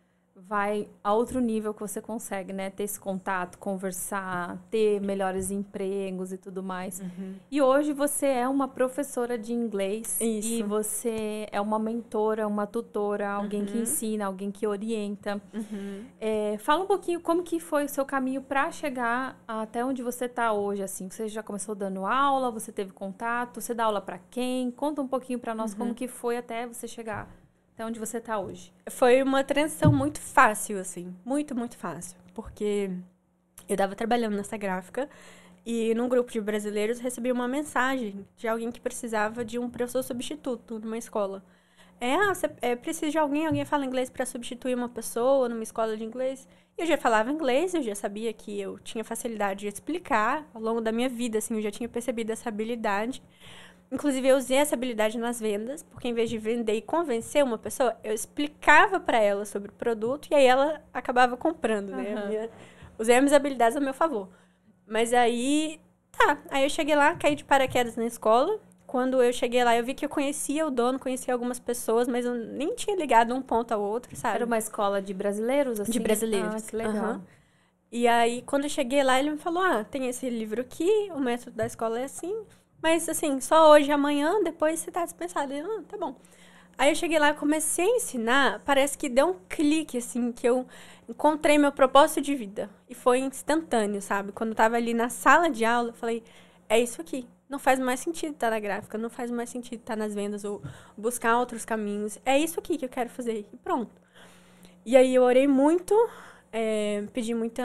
vai a outro nível que você consegue, né? Ter esse contato, conversar, ter melhores empregos e tudo mais. Uhum. E hoje você é uma professora de inglês. Isso. E você é uma mentora, uma tutora, alguém uhum. que ensina, alguém que orienta. Uhum. É, fala um pouquinho como que foi o seu caminho para chegar até onde você está hoje, assim. Você já começou dando aula, você teve contato, você dá aula para quem? Conta um pouquinho para nós uhum. como que foi até você chegar até onde você está hoje. Foi uma transição muito fácil, assim. Muito, muito fácil. Porque eu estava trabalhando nessa gráfica e num grupo de brasileiros recebi uma mensagem de alguém que precisava de um professor substituto numa escola. É, ah, você é, precisa de alguém, alguém fala inglês para substituir uma pessoa numa escola de inglês. Eu já falava inglês, eu já sabia que eu tinha facilidade de explicar. Ao longo da minha vida, assim, eu já tinha percebido essa habilidade. Inclusive, eu usei essa habilidade nas vendas, porque em vez de vender e convencer uma pessoa, eu explicava para ela sobre o produto e aí ela acabava comprando, né? Uhum. Minha, usei as minhas habilidades a meu favor. Mas aí, tá. Aí eu cheguei lá, caí de paraquedas na escola. Quando eu cheguei lá, eu vi que eu conhecia o dono, conhecia algumas pessoas, mas eu nem tinha ligado um ponto ao outro, sabe? Era uma escola de brasileiros, assim? De brasileiros. Ah, que legal. Uhum. E aí, quando eu cheguei lá, ele me falou, ah, tem esse livro aqui, o método da escola é assim... Mas, assim, só hoje, amanhã, depois você tá dispensado. Eu, ah, tá bom. Aí eu cheguei lá e comecei a ensinar. Parece que deu um clique, assim, que eu encontrei meu propósito de vida. E foi instantâneo, sabe? Quando eu tava ali na sala de aula, eu falei, é isso aqui. não faz mais sentido estar na gráfica, não faz mais sentido estar nas vendas ou buscar outros caminhos. É isso aqui que eu quero fazer e pronto. E aí eu orei muito, é, pedi muita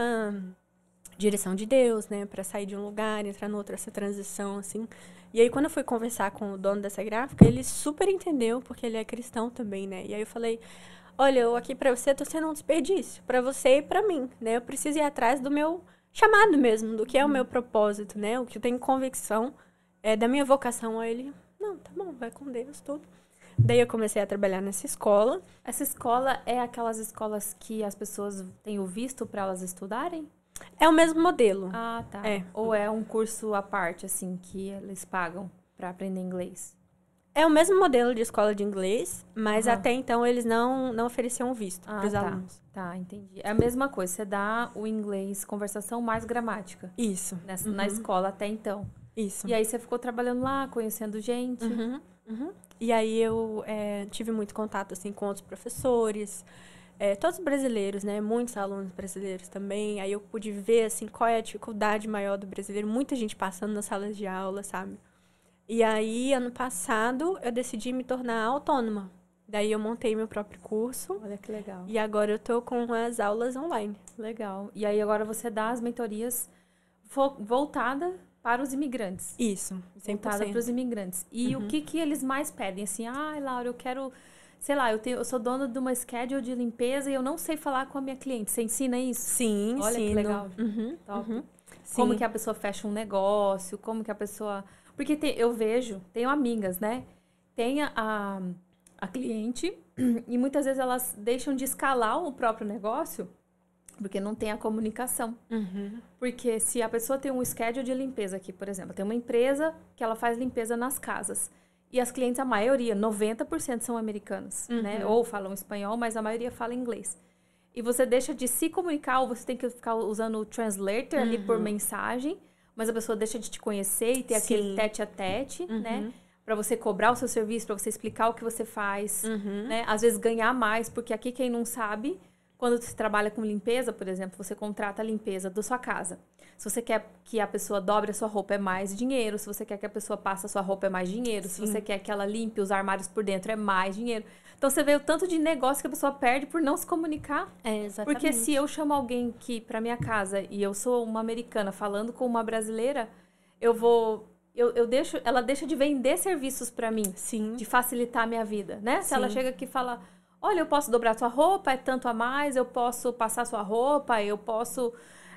direção de Deus, né, para sair de um lugar, entrar no outro, essa transição, assim. E aí quando eu fui conversar com o dono dessa gráfica, ele super entendeu, porque ele é cristão também, né. E aí eu falei, olha, eu aqui para você tô sendo um desperdício, para você e para mim, né. Eu preciso ir atrás do meu chamado mesmo, do que é o meu propósito, né, o que eu tenho convicção é da minha vocação. Aí ele, não, tá bom, vai com Deus, tudo. Daí eu comecei a trabalhar nessa escola. Essa escola é aquelas escolas que as pessoas têm o visto para elas estudarem? É o mesmo modelo. Ah, tá. É. Ou é um curso à parte, assim, que eles pagam para aprender inglês? É o mesmo modelo de escola de inglês, mas Uhum. até então eles não, não ofereciam visto Ah, para os tá. alunos. Tá, entendi. É a mesma coisa, você dá o inglês conversação mais gramática. Isso. Nessa, Uhum. Na escola até então. Isso. E aí você ficou trabalhando lá, conhecendo gente. Uhum. Uhum. E aí eu é, tive muito contato assim, com outros professores, é, todos brasileiros, né? Muitos alunos brasileiros também. Aí eu pude ver assim, qual é a dificuldade maior do brasileiro. Muita gente passando nas salas de aula, sabe? E aí, ano passado, eu decidi me tornar autônoma. Daí eu montei meu próprio curso. Olha que legal. E agora eu tô com as aulas online. Legal. E aí agora você dá as mentorias vo- voltada para os imigrantes. Isso, cem por Voltada cento. para os imigrantes. E Uhum. o que, que eles mais pedem? Assim, ai, Laura, eu quero... Sei lá, eu, tenho, eu sou dona de uma schedule de limpeza e eu não sei falar com a minha cliente. Você ensina isso? Sim, Olha sim. que legal. Uhum, Top. uhum. Como Sim. que a pessoa fecha um negócio, como que a pessoa... Porque tem, eu vejo, tenho amigas, né? Tem a, a, a cliente e muitas vezes elas deixam de escalar o próprio negócio porque não tem a comunicação. Uhum. Porque se a pessoa tem um schedule de limpeza aqui, por exemplo, tem uma empresa que ela faz limpeza nas casas. E as clientes, a maioria, noventa por cento são americanos, Uhum. né? Ou falam espanhol, mas a maioria fala inglês. E você deixa de se comunicar, ou você tem que ficar usando o translator ali por mensagem, mas a pessoa deixa de te conhecer e ter Sim. aquele tete a tete, Uhum. né? Pra você cobrar o seu serviço, pra você explicar o que você faz, Uhum. né? Às vezes ganhar mais, porque aqui quem não sabe, quando você trabalha com limpeza, por exemplo, você contrata a limpeza da sua casa. Se você quer que a pessoa dobre a sua roupa, é mais dinheiro. Se você quer que a pessoa passe a sua roupa, é mais dinheiro. Sim. Se você quer que ela limpe os armários por dentro, é mais dinheiro. Então, você vê o tanto de negócio que a pessoa perde por não se comunicar. É, exatamente. Porque se eu chamo alguém que para minha casa e eu sou uma americana falando com uma brasileira, eu vou... Eu, eu deixo, ela deixa de vender serviços para mim, Sim. de facilitar a minha vida, né? Se Sim. ela chega aqui e fala... Olha, eu posso dobrar sua roupa, é tanto a mais, eu posso passar sua roupa, eu posso...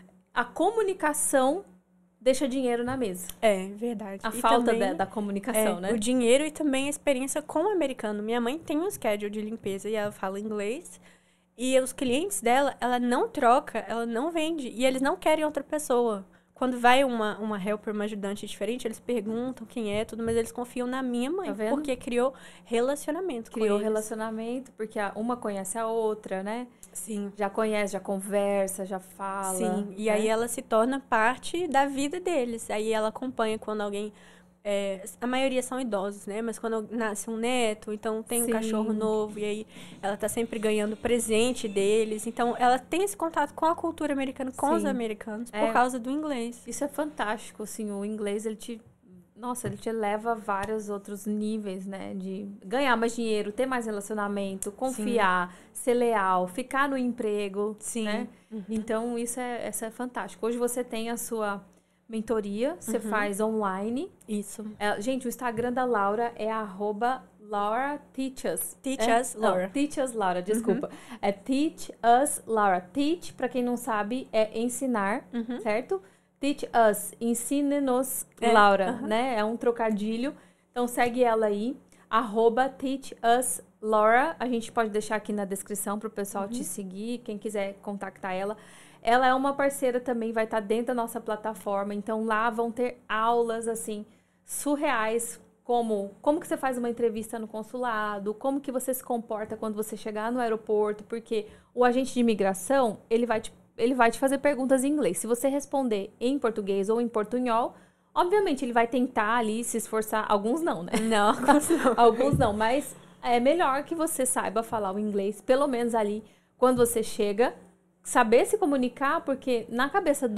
A comunicação deixa dinheiro na mesa. É, verdade. A E falta também, da, da comunicação, é, né? o dinheiro e também a experiência com o americano. Minha mãe tem um schedule de limpeza e ela fala inglês. E os clientes dela, ela não troca, ela não vende. E eles não querem outra pessoa. Quando vai uma, uma helper, uma ajudante diferente, eles perguntam quem é, tudo, mas eles confiam na minha mãe. Tá vendo? Porque criou relacionamento com Criou eles. relacionamento, porque a- uma conhece a outra, né? Sim. Já conhece, já conversa, já fala. Sim, e né? aí ela se torna parte da vida deles. Aí ela acompanha quando alguém... é, a maioria são idosos, né? Mas quando nasce um neto, então tem um Sim. cachorro novo, e aí ela tá sempre ganhando presente deles. Então ela tem esse contato com a cultura americana, com os Sim. americanos, É. por causa do inglês. Isso é fantástico, assim, o inglês, ele te... Nossa, ele te leva a vários outros níveis, né? De ganhar mais dinheiro, ter mais relacionamento, confiar, ser leal, ficar no emprego, Sim. né? Uhum. Então, isso é, isso é fantástico. Hoje você tem a sua mentoria, você faz online. Isso. É, gente, o Instagram da Laura é arroba Laura Teaches. Teach é? Us Laura. Não, Teach Us Laura, desculpa. É Teach Us Laura. Teach, pra quem não sabe, é ensinar, Uhum. certo? Teach Us, ensine-nos É, Laura, aham. né? É um trocadilho. Então segue ela aí, arroba Teach Us Laura. A gente pode deixar aqui na descrição pro pessoal Uhum. te seguir, quem quiser contactar ela. Ela é uma parceira também, vai estar dentro da nossa plataforma. Então lá vão ter aulas, assim, surreais, como como que você faz uma entrevista no consulado, como que você se comporta quando você chegar no aeroporto, porque o agente de imigração, ele vai te, ele vai te fazer perguntas em inglês. Se você responder em português ou em portunhol, obviamente ele vai tentar ali se esforçar. Alguns não, né? Não, não. Alguns não, mas é melhor que você saiba falar o inglês, pelo menos ali, quando você chega, saber se comunicar, porque na cabeça do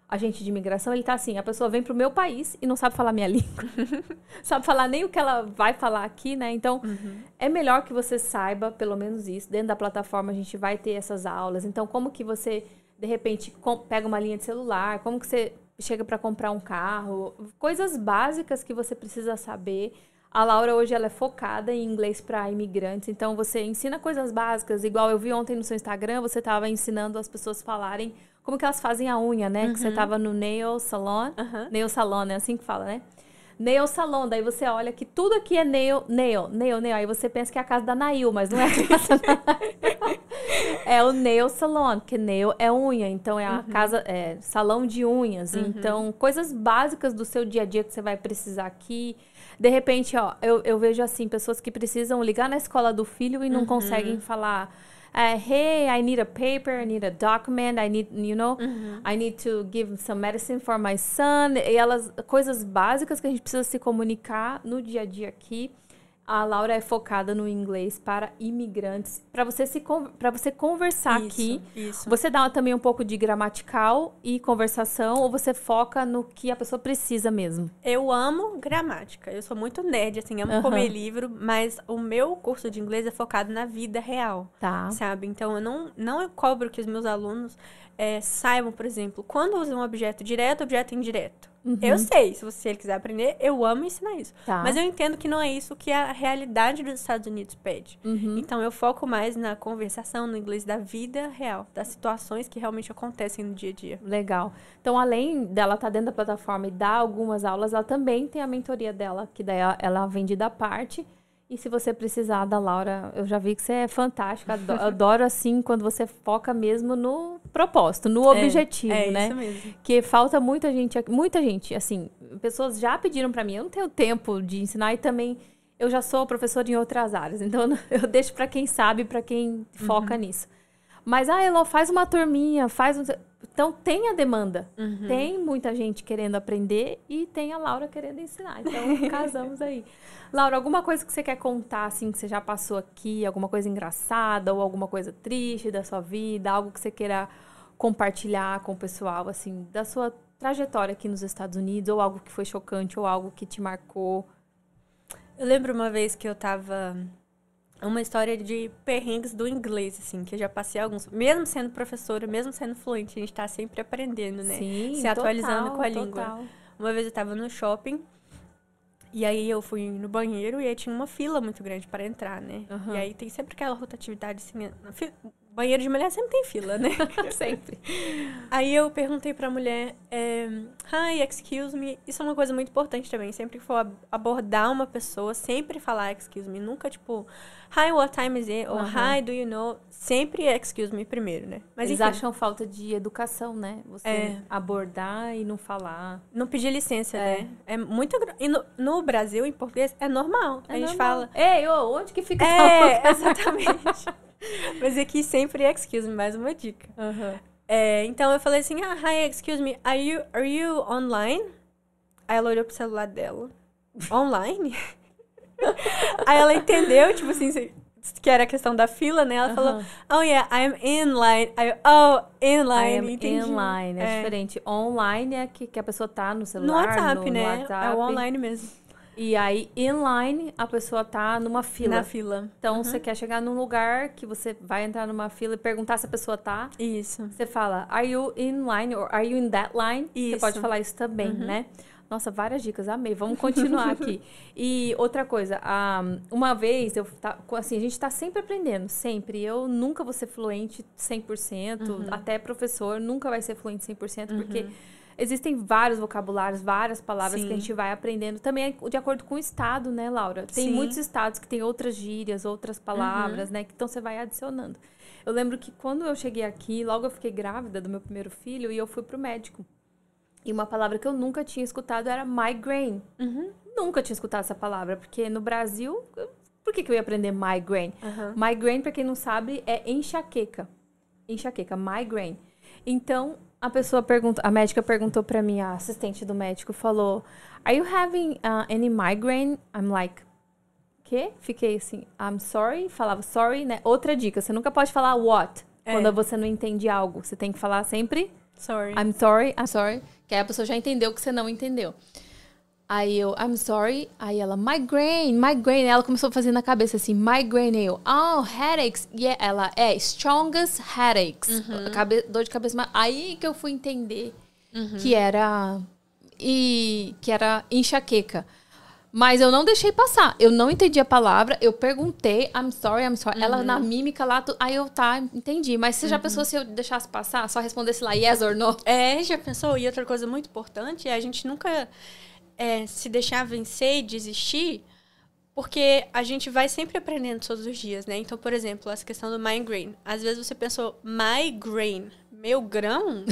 agente de imigração, ele tá assim, a pessoa vem pro meu país e não sabe falar minha língua. Sabe falar nem o que ela vai falar aqui, né? Então, uhum. é melhor que você saiba, pelo menos isso. Dentro da plataforma a gente vai ter essas aulas. Então, como que você, de repente, pega uma linha de celular, como que você chega para comprar um carro, coisas básicas que você precisa saber. A Laura hoje ela é focada em inglês para imigrantes, então você ensina coisas básicas, igual eu vi ontem no seu Instagram, você estava ensinando as pessoas a falarem como que elas fazem a unha, né? Uhum. Que você estava no nail salon, uhum. nail salon, é assim que fala, né? Nail salon, daí você olha que tudo aqui é nail, nail, nail, nail, aí você pensa que é a casa da Nail, mas não é a casa da Nail. É o nail salon, que nail é unha, então é a uhum. casa, é salão de unhas, uhum. então coisas básicas do seu dia a dia que você vai precisar aqui. De repente, ó, eu, eu vejo assim, pessoas que precisam ligar na escola do filho e não uhum. conseguem falar, uh, hey, I need a paper, I need a document, I need, you know, uhum. I need to give some medicine for my son. E elas, coisas básicas que a gente precisa se comunicar no dia a dia aqui. A Laura é focada no inglês para imigrantes. Para você, se, para você conversar isso, aqui, isso. Você dá também um pouco de gramatical e conversação ou você foca no que a pessoa precisa mesmo? Eu amo gramática. Eu sou muito nerd, assim, amo uhum. comer livro, mas o meu curso de inglês é focado na vida real, tá. sabe? Então, eu não, não eu cobro que os meus alunos é, saibam, por exemplo, quando usam um objeto direto, objeto indireto. Uhum. Eu sei, se você quiser aprender, eu amo ensinar isso. Tá. Mas eu entendo que não é isso que a realidade dos Estados Unidos pede. Uhum. Então, eu foco mais na conversação, no inglês da vida real, das situações que realmente acontecem no dia a dia. Legal. Então, além dela estar dentro da plataforma e dar algumas aulas, ela também tem a mentoria dela, que daí ela, ela vende da parte. E se você precisar da Laura, eu já vi que você é fantástica. Adoro, adoro assim, quando você foca mesmo no propósito, no objetivo, é, é né? Isso mesmo. Que falta muita gente, muita gente, assim, pessoas já pediram pra mim, eu não tenho tempo de ensinar e também eu já sou professora em outras áreas, então eu deixo pra quem sabe, pra quem foca uhum. nisso. Mas, ah, Elô, faz uma turminha, faz um... Então, tem a demanda. Uhum. Tem muita gente querendo aprender e tem a Laura querendo ensinar. Então, casamos aí. Laura, alguma coisa que você quer contar, assim, que você já passou aqui? Alguma coisa engraçada ou alguma coisa triste da sua vida? Algo que você queira compartilhar com o pessoal, assim, da sua trajetória aqui nos Estados Unidos? Ou algo que foi chocante ou algo que te marcou? Eu lembro uma vez que eu tava... Uma história de perrengues do inglês, assim, que eu já passei alguns... Mesmo sendo professora, mesmo sendo fluente, a gente tá sempre aprendendo, né? Sim, se atualizando total, com a total. língua. Uma vez eu tava no shopping, e aí eu fui no banheiro, e aí tinha uma fila muito grande para entrar, né? Uhum. E aí tem sempre aquela rotatividade, assim... Banheiro de mulher sempre tem fila, né? Sempre. Aí eu perguntei pra mulher, é, hi, excuse me. Isso é uma coisa muito importante também. Sempre que for abordar uma pessoa, sempre falar excuse me. Nunca, tipo, hi, what time is it? Ou uhum. hi, do you know? Sempre excuse me primeiro, né? Mas eles enfim, acham falta de educação, né? Você é, abordar e não falar. Não pedir licença, é. né? É muito... E no, no Brasil, em português, é normal. É a gente normal. fala... Ei, ô, onde que fica? É, exatamente. Mas aqui sempre excuse me, mais uma dica. Uhum. É, então eu falei assim, ah, hi, excuse me, are you, are you online? Aí ela olhou pro celular dela. Online? Aí ela entendeu, tipo assim, que era a questão da fila, né? Ela uhum. falou, oh yeah, I'm in line. Aí eu, oh, in line, I entendi. In line, é, é diferente. Online é que, que a pessoa tá no celular, no WhatsApp, no, né? No WhatsApp. É o online mesmo. E aí, inline, a pessoa tá numa fila. Na fila. Então, uhum. você quer chegar num lugar que você vai entrar numa fila e perguntar se a pessoa tá. Isso. Você fala, are you in line? Or are you in that line? Isso. Você pode falar isso também, uhum. né? Nossa, várias dicas, amei. Vamos continuar aqui. E outra coisa, um, uma vez, eu tá, assim, a gente tá sempre aprendendo, sempre. Eu nunca vou ser fluente cem por cento, uhum. até professor nunca vai ser fluente cem por cento, uhum. porque... Existem vários vocabulários, várias palavras Sim. que a gente vai aprendendo. Também é de acordo com o estado, né, Laura? Tem Sim. muitos estados que tem outras gírias, outras palavras, uhum. né? Então, você vai adicionando. Eu lembro que quando eu cheguei aqui, logo eu fiquei grávida do meu primeiro filho e eu fui pro médico. E uma palavra que eu nunca tinha escutado era migraine. Uhum. Nunca tinha escutado essa palavra, porque no Brasil... Por que, que eu ia aprender migraine? Uhum. Migraine, pra quem não sabe, é enxaqueca. Enxaqueca, migraine. Então... A pessoa perguntou, a médica perguntou pra mim, a assistente do médico falou, are you having uh, any migraine? I'm like, quê? Fiquei assim, I'm sorry, falava sorry, né? Outra dica, você nunca pode falar what, é. quando você não entende algo. Você tem que falar sempre Sorry. I'm sorry, I'm sorry. Que aí a pessoa já entendeu que você não entendeu. Aí eu, I'm sorry. Aí ela, migraine, migraine. Ela começou a fazer na cabeça assim, migraine. Aí eu, oh, headaches. E yeah. Ela, é, strongest headaches. Uhum. Cabe, dor de cabeça. Aí que eu fui entender uhum. que era... E que era enxaqueca. Mas eu não deixei passar. Eu não entendi a palavra. Eu perguntei, I'm sorry, I'm sorry. Uhum. Ela na mímica lá, tu, aí eu, tá, entendi. Mas você uhum. já pensou se eu deixasse passar? Só respondesse lá, yes or no? É, já pensou? E outra coisa muito importante é a gente nunca é, se deixar vencer e desistir, porque a gente vai sempre aprendendo todos os dias, né? Então, por exemplo, essa questão do migraine. Às vezes você pensou, migraine, meu grão?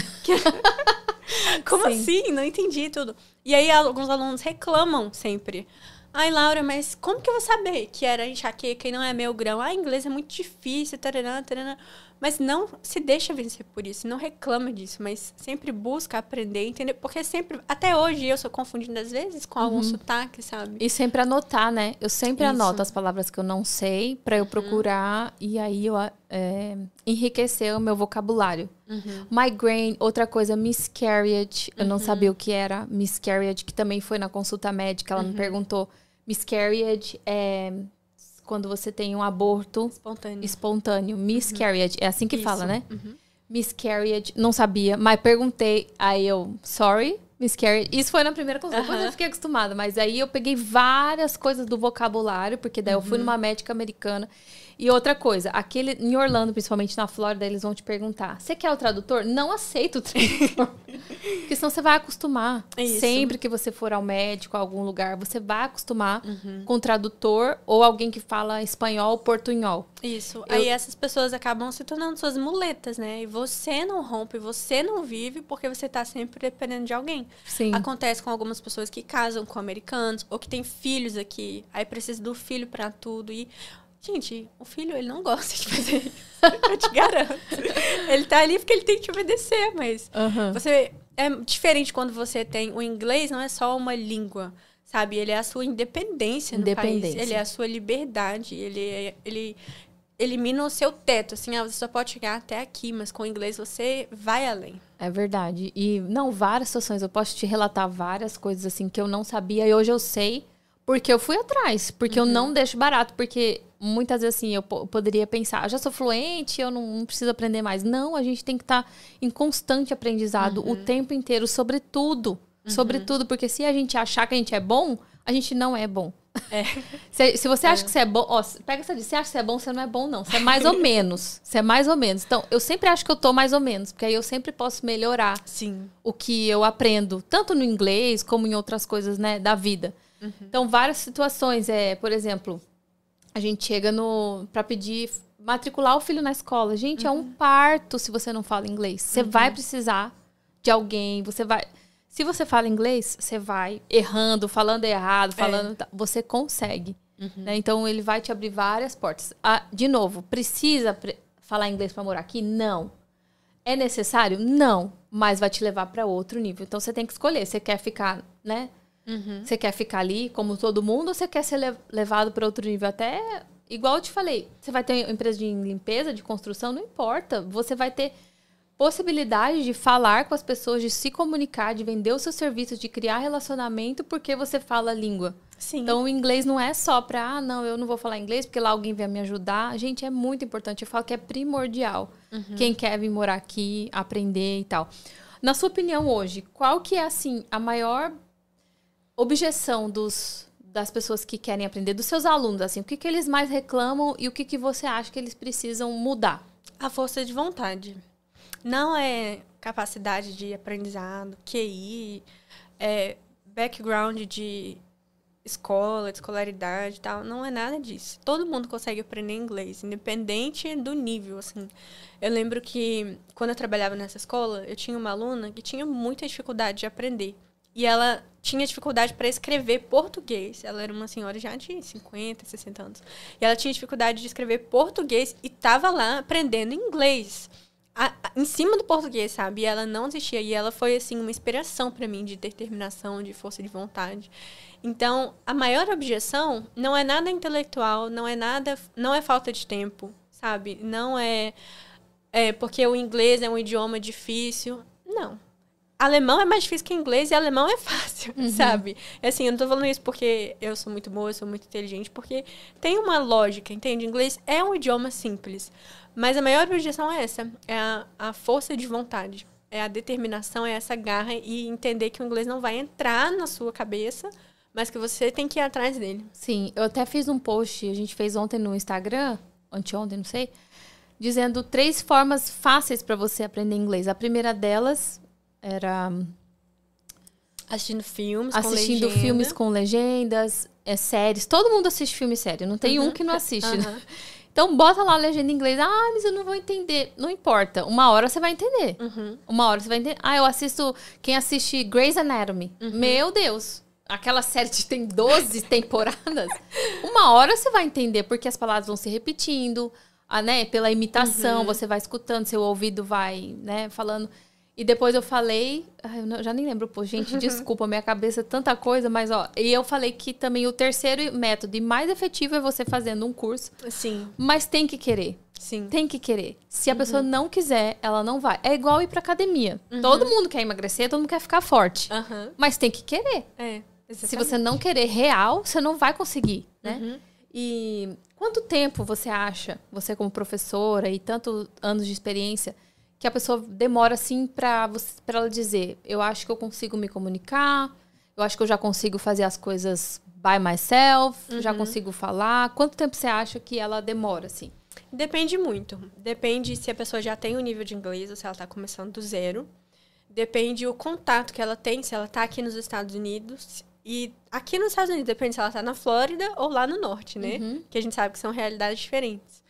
Como Sim. assim? Não entendi tudo. E aí, alguns alunos reclamam sempre. Ai, Laura, mas como que eu vou saber que era enxaqueca e não é meu grão? Ah, inglês é muito difícil, taranã, taranã. Mas não se deixa vencer por isso, não reclama disso, mas sempre busca aprender, entender. Porque sempre, até hoje, eu sou confundida às vezes com algum uhum. sotaque, sabe? E sempre anotar, né? Eu sempre isso. anoto as palavras que eu não sei pra eu procurar uhum. e aí eu é, enriquecer o meu vocabulário. Uhum. Migraine, outra coisa, miscarriage. Eu uhum. não sabia o que era miscarriage, que também foi na consulta médica. Ela uhum. me perguntou, miscarriage é... quando você tem um aborto espontâneo. espontâneo. Miscarriage. Uhum. É assim que Isso. fala, né? Uhum. Miscarriage. Não sabia, mas perguntei. Aí eu, sorry, miscarriage. Isso foi na primeira consulta. Depois uhum. eu fiquei acostumada. Mas aí eu peguei várias coisas do vocabulário, porque daí uhum. eu fui numa médica americana. E outra coisa, aquele, em Orlando, principalmente na Flórida, eles vão te perguntar, você quer o tradutor? Não aceita o tradutor. Porque senão você vai acostumar. Isso. Sempre que você for ao médico, a algum lugar, você vai acostumar uhum. com o tradutor ou alguém que fala espanhol ou portunhol. Isso. Eu... Aí essas pessoas acabam se tornando suas muletas, né? E você não rompe, você não vive porque você tá sempre dependendo de alguém. Sim. Acontece com algumas pessoas que casam com americanos ou que têm filhos aqui. Aí precisa do filho pra tudo e... Gente, o filho, ele não gosta de fazer isso. Eu te garanto. Ele tá ali porque ele tem que te obedecer, mas uhum. você... É diferente quando você tem... O inglês não é só uma língua, sabe? Ele é a sua independência no independência. país. Ele é a sua liberdade. Ele, é, ele elimina o seu teto. Assim, ah, você só pode chegar até aqui, mas com o inglês você vai além. É verdade. E, não, várias situações. Eu posso te relatar várias coisas, assim, que eu não sabia. E hoje eu sei porque eu fui atrás. Porque uhum. eu não deixo barato. Porque... Muitas vezes, assim, eu poderia pensar, já sou fluente, eu não, não preciso aprender mais. Não, a gente tem que estar tá em constante aprendizado uhum. o tempo inteiro, sobre tudo. Uhum. Sobre tudo, porque se a gente achar que a gente é bom, a gente não é bom. É. Se, se você acha é. que você é bom, ó, pega essa de, você acha que você é bom, você não é bom, não. Você é mais ou menos. Você é mais ou menos. Então, eu sempre acho que eu tô mais ou menos, porque aí eu sempre posso melhorar Sim. o que eu aprendo, tanto no inglês como em outras coisas, né, da vida. Uhum. Então, várias situações, é, por exemplo... A gente chega no para pedir matricular o filho na escola. Gente, uhum. é um parto se você não fala inglês. Você uhum. vai precisar de alguém, você vai... Se você fala inglês, você vai errando, falando errado, falando... É. Você consegue. Uhum. Né? Então, ele vai te abrir várias portas. Ah, de novo, precisa pre- falar inglês para morar aqui? Não. É necessário? Não. Mas vai te levar para outro nível. Então, você tem que escolher. Você quer ficar, né? Uhum. Você quer ficar ali como todo mundo ou você quer ser le- levado para outro nível? Até, igual eu te falei, você vai ter empresa de limpeza, de construção, não importa. Você vai ter possibilidade de falar com as pessoas, de se comunicar, de vender os seus serviços, de criar relacionamento porque você fala a língua. Sim. Então, o inglês não é só para, ah, não, eu não vou falar inglês porque lá alguém vai me ajudar. Gente, é muito importante. Eu falo que é primordial. Uhum. Quem quer vir morar aqui, aprender e tal. Na sua opinião hoje, qual que é, assim, a maior... objeção dos, das pessoas que querem aprender, dos seus alunos, assim, o que, que eles mais reclamam e o que, que você acha que eles precisam mudar? A força de vontade. Não é capacidade de aprendizado, Q I, é background de escola, de escolaridade e tal. Não é nada disso. Todo mundo consegue aprender inglês, independente do nível, assim. Eu lembro que, quando eu trabalhava nessa escola, eu tinha uma aluna que tinha muita dificuldade de aprender. E ela tinha dificuldade para escrever português. Ela era uma senhora já de cinquenta, sessenta anos. E ela tinha dificuldade de escrever português e estava lá aprendendo inglês. A, a, em cima do português, sabe? E ela não desistia. E ela foi, assim, uma inspiração para mim de determinação, de força de vontade. Então, a maior objeção não é nada intelectual, não é nada... Não é falta de tempo, sabe? Não é, é porque o inglês é um idioma difícil... não. Alemão é mais difícil que inglês e alemão é fácil, uhum. sabe? Assim, eu não tô falando isso porque eu sou muito boa, eu sou muito inteligente, porque tem uma lógica, entende? Inglês é um idioma simples, mas a maior objeção é essa, é a, a força de vontade, é a determinação, é essa garra e entender que o inglês não vai entrar na sua cabeça, mas que você tem que ir atrás dele. Sim, eu até fiz um post, a gente fez ontem no Instagram, anteontem, não sei, dizendo três formas fáceis para você aprender inglês. A primeira delas era assistindo filmes assistindo com legenda. filmes com legendas, é, séries. Todo mundo assiste filme sério, não tem uhum. um que não assiste. Uhum. Né? Então, bota lá a legenda em inglês. Ah, mas eu não vou entender. Não importa. Uma hora você vai entender. Uhum. Uma hora você vai entender. Ah, eu assisto... Quem assiste Grey's Anatomy. Uhum. Meu Deus. Aquela série que tem doze temporadas. Uma hora você vai entender, porque as palavras vão se repetindo. Ah, né? Pela imitação, uhum. você vai escutando, seu ouvido vai, né, falando... E depois eu falei... Ai, eu não, já nem lembro, pô, gente, desculpa, minha cabeça é tanta coisa, mas, ó... E eu falei que também o terceiro método e mais efetivo é você fazendo um curso. Sim. Mas tem que querer. Sim. Tem que querer. Se a uhum. pessoa não quiser, ela não vai. É igual ir pra academia. Uhum. Todo mundo quer emagrecer, todo mundo quer ficar forte. Uhum. Mas tem que querer. É, exatamente. Se você não querer real, você não vai conseguir, né? Uhum. E quanto tempo você acha, você como professora e tantos anos de experiência... que a pessoa demora, assim, pra, você, pra ela dizer, eu acho que eu consigo me comunicar, eu acho que eu já consigo fazer as coisas by myself, uhum. já consigo falar. Quanto tempo você acha que ela demora, assim? Depende muito. Depende se a pessoa já tem um nível de inglês ou se ela tá começando do zero. Depende o contato que ela tem, se ela tá aqui nos Estados Unidos. E aqui nos Estados Unidos, depende se ela tá na Flórida ou lá no norte, né? Uhum. Que a gente sabe que são realidades diferentes.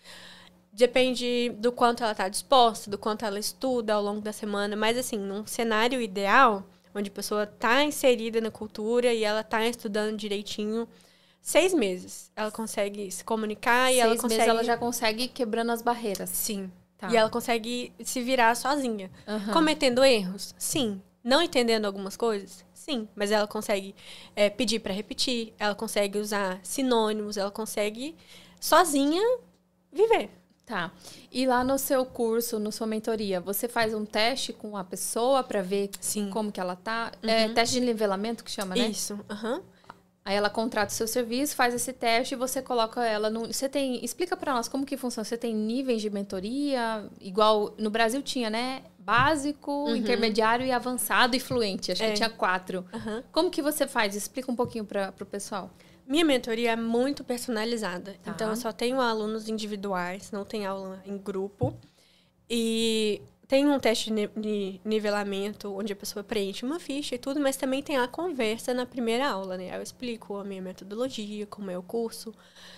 Depende do quanto ela está disposta, do quanto ela estuda ao longo da semana. Mas, assim, num cenário ideal, onde a pessoa está inserida na cultura e ela está estudando direitinho, seis meses ela consegue se comunicar e seis ela consegue... meses ela já consegue quebrando as barreiras. Sim. Tá. E ela consegue se virar sozinha. Uhum. Cometendo erros? Sim. Não entendendo algumas coisas? Sim. Mas ela consegue é, pedir para repetir, ela consegue usar sinônimos, ela consegue sozinha viver. Tá. E lá no seu curso, na sua mentoria, você faz um teste com a pessoa para ver Sim. como que ela tá? Uhum. É teste de nivelamento que chama, né? Isso. Uhum. Aí ela contrata o seu serviço, faz esse teste e você coloca ela no... Você tem... Explica para nós como que funciona. Você tem níveis de mentoria? Igual no Brasil tinha, né? Básico, uhum. intermediário e avançado e fluente. Acho é. que tinha quatro. Uhum. Como que você faz? Explica um pouquinho para o pessoal. Minha mentoria é muito personalizada. Tá. Então, eu só tenho alunos individuais, não tem aula em grupo. E tem um teste de nivelamento, onde a pessoa preenche uma ficha e tudo, mas também tem a conversa na primeira aula, né? Eu explico a minha metodologia, como é o curso.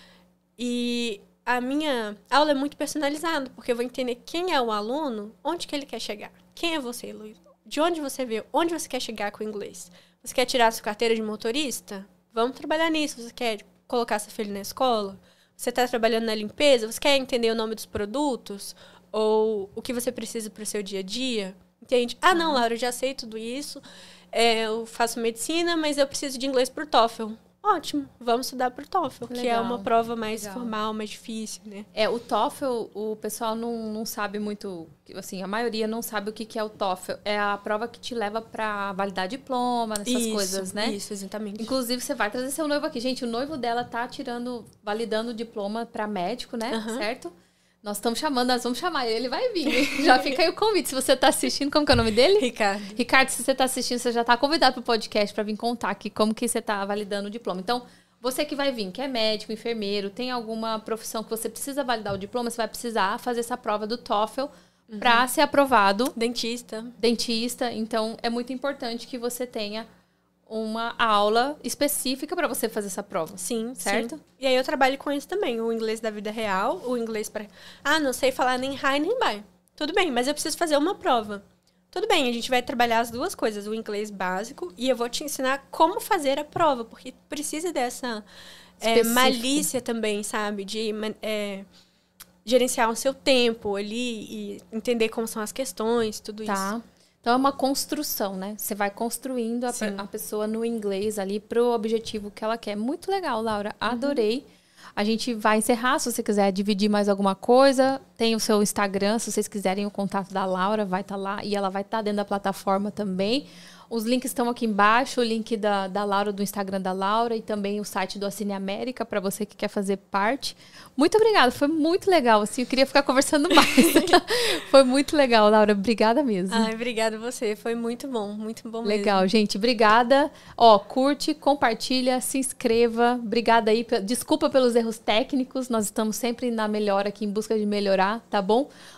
E a minha aula é muito personalizada, porque eu vou entender quem é o aluno, onde que ele quer chegar. Quem é você, Luiz? De onde você veio? Onde você quer chegar com o inglês? Você quer tirar a sua carteira de motorista? Vamos trabalhar nisso. Você quer colocar seu filho na escola? Você está trabalhando na limpeza? Você quer entender o nome dos produtos? Ou o que você precisa para o seu dia a dia? Entende? Ah, não, Laura, eu já sei tudo isso. É, eu faço medicina, mas eu preciso de inglês pro TOEFL. Ótimo, vamos estudar pro TOEFL, Legal. que é uma prova mais Legal. formal, mais difícil, né? É, o TOEFL, o pessoal não, não sabe muito, assim, a maioria não sabe o que, que é o TOEFL. É a prova que te leva pra validar diploma, essas isso, coisas, né? Isso, exatamente. Inclusive, você vai trazer seu noivo aqui. Gente, o noivo dela tá tirando, validando o diploma pra médico, né? Uhum. Certo? Nós estamos chamando, nós vamos chamar ele, ele vai vir. Já fica aí o convite. Se você está assistindo, como que é o nome dele? Ricardo. Ricardo, se você está assistindo, você já está convidado para o podcast para vir contar aqui como que você está validando o diploma. Então, você que vai vir, que é médico, enfermeiro, tem alguma profissão que você precisa validar o diploma, você vai precisar fazer essa prova do TOEFL uhum. para ser aprovado. Dentista. Dentista. Então, é muito importante que você tenha uma aula específica para você fazer essa prova. Sim, certo? Sim. E aí eu trabalho com isso também, o inglês da vida real, o inglês para... Ah, não sei falar nem hi nem bye. Tudo bem, mas eu preciso fazer uma prova. Tudo bem, a gente vai trabalhar as duas coisas, o inglês básico e eu vou te ensinar como fazer a prova, porque precisa dessa é, malícia também, sabe? De é, gerenciar o seu tempo ali e entender como são as questões, tudo tá. isso. Então, é uma construção, né? Você vai construindo a, pe- a pessoa no inglês ali pro objetivo que ela quer. Muito legal, Laura. Adorei. Uhum. A gente vai encerrar. Se você quiser dividir mais alguma coisa, tem o seu Instagram, se vocês quiserem o contato da Laura, vai estar lá. E ela vai estar dentro da plataforma também. Os links estão aqui embaixo, o link da, da Laura, do Instagram da Laura, e também o site do Assine América, para você que quer fazer parte. Muito obrigada, foi muito legal, assim, eu queria ficar conversando mais. Foi muito legal, Laura, obrigada mesmo. Ai, obrigada você, foi muito bom, muito bom mesmo. Legal, gente, obrigada. Ó, curte, compartilha, se inscreva. Obrigada aí, desculpa pelos erros técnicos, nós estamos sempre na melhora aqui, em busca de melhorar, tá bom?